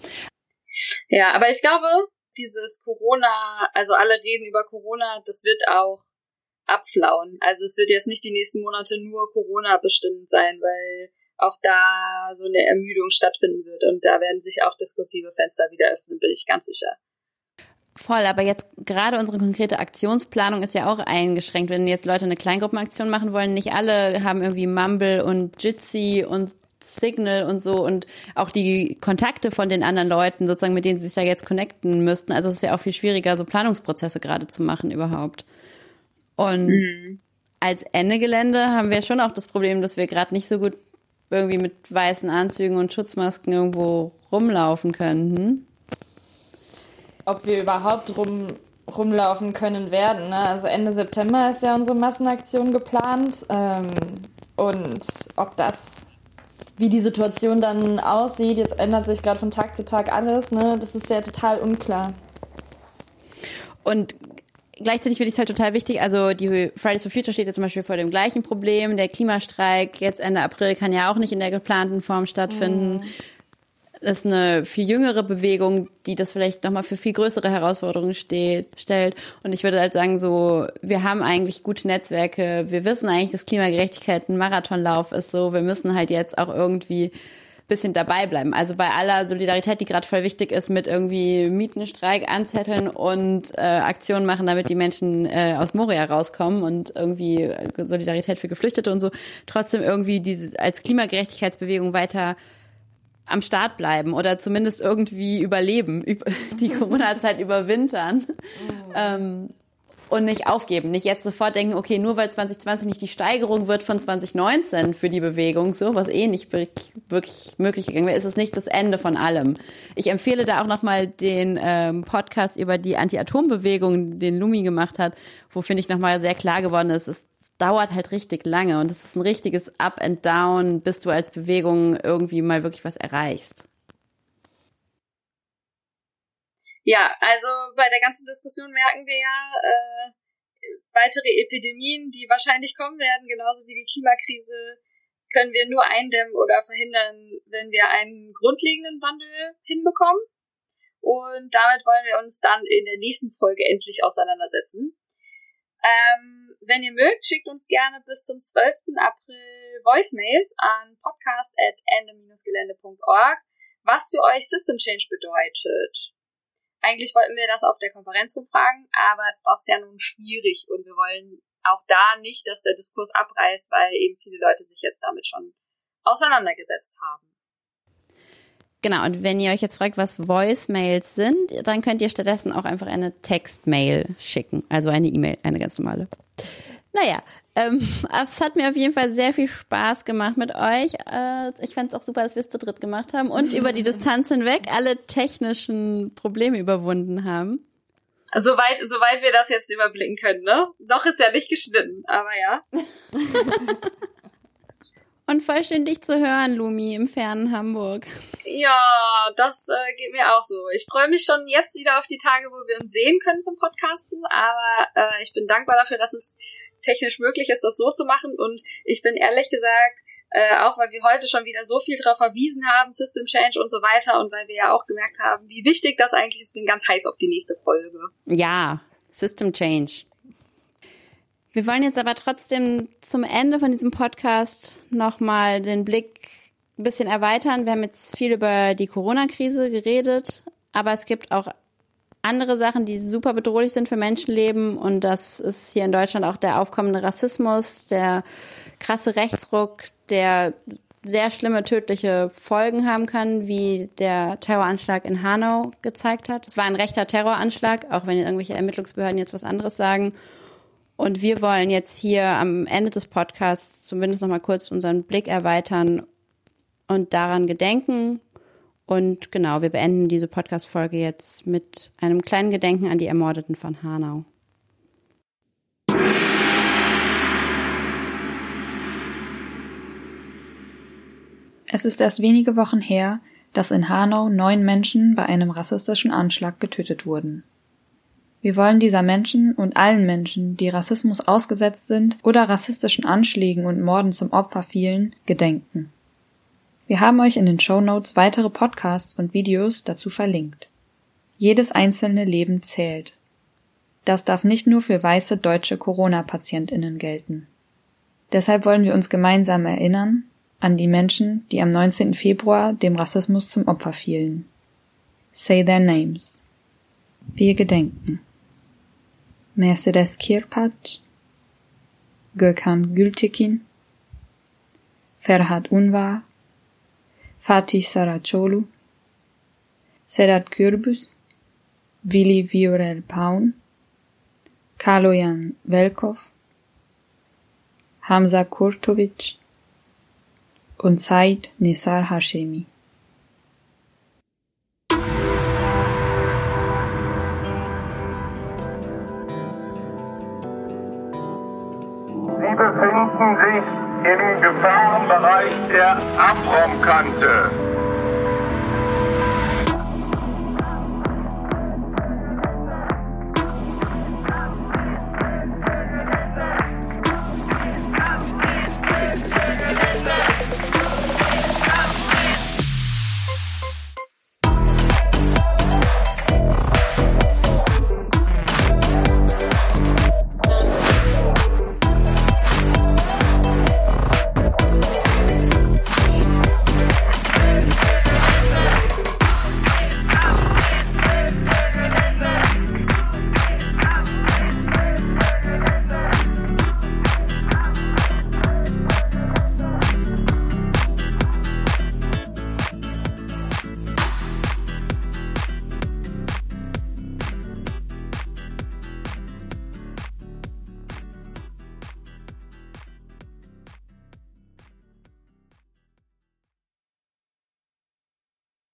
Ja, aber ich glaube, dieses Corona, also alle reden über Corona, das wird auch abflauen. Also es wird jetzt nicht die nächsten Monate nur Corona bestimmt sein, weil auch da so eine Ermüdung stattfinden wird und da werden sich auch diskursive Fenster wieder öffnen, bin ich ganz sicher. Voll, aber jetzt gerade unsere konkrete Aktionsplanung ist ja auch eingeschränkt. Wenn jetzt Leute eine Kleingruppenaktion machen wollen, nicht alle haben irgendwie Mumble und Jitsi und Signal und so und auch die Kontakte von den anderen Leuten, sozusagen, mit denen sie sich da jetzt connecten müssten. Also es ist ja auch viel schwieriger, so Planungsprozesse gerade zu machen überhaupt. Und mhm. als Ende Gelände haben wir schon auch das Problem, dass wir gerade nicht so gut irgendwie mit weißen Anzügen und Schutzmasken irgendwo rumlaufen können. Ob wir überhaupt rum, rumlaufen können werden, ne? Also Ende September ist ja unsere Massenaktion geplant. Ähm, und ob das, wie die Situation dann aussieht, jetzt ändert sich gerade von Tag zu Tag alles, ne? Das ist ja total unklar. Und gleichzeitig finde ich es halt total wichtig, also die Fridays for Future steht jetzt zum Beispiel vor dem gleichen Problem. Der Klimastreik jetzt Ende April kann ja auch nicht in der geplanten Form stattfinden. Mhm. ist eine viel jüngere Bewegung, die das vielleicht nochmal für viel größere Herausforderungen steht, stellt. Und ich würde halt sagen, so, wir haben eigentlich gute Netzwerke. Wir wissen eigentlich, dass Klimagerechtigkeit ein Marathonlauf ist. So, wir müssen halt jetzt auch irgendwie ein bisschen dabei bleiben. Also bei aller Solidarität, die gerade voll wichtig ist, mit irgendwie Mietenstreik anzetteln und äh, Aktionen machen, damit die Menschen äh, aus Moria rauskommen und irgendwie Solidarität für Geflüchtete und so, trotzdem irgendwie diese als Klimagerechtigkeitsbewegung weiter am Start bleiben oder zumindest irgendwie überleben, die Corona-Zeit überwintern oh. ähm, und nicht aufgeben. Nicht jetzt sofort denken, okay, nur weil zwanzig zwanzig nicht die Steigerung wird von zwanzig neunzehn für die Bewegung, so was eh nicht wirklich, wirklich möglich gegangen wäre, ist es nicht das Ende von allem. Ich empfehle da auch nochmal den ähm, Podcast über die Anti-Atom-Bewegung, den Lumi gemacht hat, wo, finde ich, nochmal sehr klar geworden ist, es dauert halt richtig lange und es ist ein richtiges Up and Down, bis du als Bewegung irgendwie mal wirklich was erreichst. Ja, also bei der ganzen Diskussion merken wir ja, äh, weitere Epidemien, die wahrscheinlich kommen werden, genauso wie die Klimakrise, können wir nur eindämmen oder verhindern, wenn wir einen grundlegenden Wandel hinbekommen. Und damit wollen wir uns dann in der nächsten Folge endlich auseinandersetzen. Ähm, wenn ihr mögt, schickt uns gerne bis zum zwölften April Voicemails an podcast at ende gelände punkt org, was für euch System Change bedeutet. Eigentlich wollten wir das auf der Konferenz rumfragen, aber das ist ja nun schwierig und wir wollen auch da nicht, dass der Diskurs abreißt, weil eben viele Leute sich jetzt damit schon auseinandergesetzt haben. Genau, und wenn ihr euch jetzt fragt, was Voicemails sind, dann könnt ihr stattdessen auch einfach eine Textmail schicken, also eine E-Mail, eine ganz normale. Naja, ähm, es hat mir auf jeden Fall sehr viel Spaß gemacht mit euch. Äh, ich fand es auch super, dass wir es zu dritt gemacht haben und über die Distanz hinweg alle technischen Probleme überwunden haben. Soweit, soweit wir das jetzt überblicken können, ne? Noch ist ja nicht geschnitten, aber ja. Und voll schön dich zu hören, Lumi, im fernen Hamburg. Ja, das äh, geht mir auch so. Ich freue mich schon jetzt wieder auf die Tage, wo wir uns sehen können zum Podcasten, aber äh, ich bin dankbar dafür, dass es technisch möglich ist, das so zu machen und ich bin ehrlich gesagt, äh, auch weil wir heute schon wieder so viel drauf verwiesen haben, System Change und so weiter und weil wir ja auch gemerkt haben, wie wichtig das eigentlich ist, bin ganz heiß auf die nächste Folge. Ja, System Change. Wir wollen jetzt aber trotzdem zum Ende von diesem Podcast nochmal den Blick ein bisschen erweitern. Wir haben jetzt viel über die Corona-Krise geredet, aber es gibt auch andere Sachen, die super bedrohlich sind für Menschenleben und das ist hier in Deutschland auch der aufkommende Rassismus, der krasse Rechtsruck, der sehr schlimme tödliche Folgen haben kann, wie der Terroranschlag in Hanau gezeigt hat. Es war ein rechter Terroranschlag, auch wenn irgendwelche Ermittlungsbehörden jetzt was anderes sagen. Und wir wollen jetzt hier am Ende des Podcasts zumindest noch mal kurz unseren Blick erweitern und daran gedenken. Und genau, wir beenden diese Podcast-Folge jetzt mit einem kleinen Gedenken an die Ermordeten von Hanau. Es ist erst wenige Wochen her, dass in Hanau neun Menschen bei einem rassistischen Anschlag getötet wurden. Wir wollen dieser Menschen und allen Menschen, die Rassismus ausgesetzt sind oder rassistischen Anschlägen und Morden zum Opfer fielen, gedenken. Wir haben euch in den Shownotes weitere Podcasts und Videos dazu verlinkt. Jedes einzelne Leben zählt. Das darf nicht nur für weiße deutsche Corona-PatientInnen gelten. Deshalb wollen wir uns gemeinsam erinnern an die Menschen, die am neunzehnten Februar dem Rassismus zum Opfer fielen. Say their names. Wir gedenken. Mercedes Kirpac, Gökhan Gültekin, Ferhat Unvar, Fatih Saraçoğlu, Sedat Gürbüz, Willi Viorel Paun, Kaloyan Velkov, Hamza Kurtovic und Said Nisar Hashemi. Sie befinden sich im Gefahrenbereich der Abraumkante.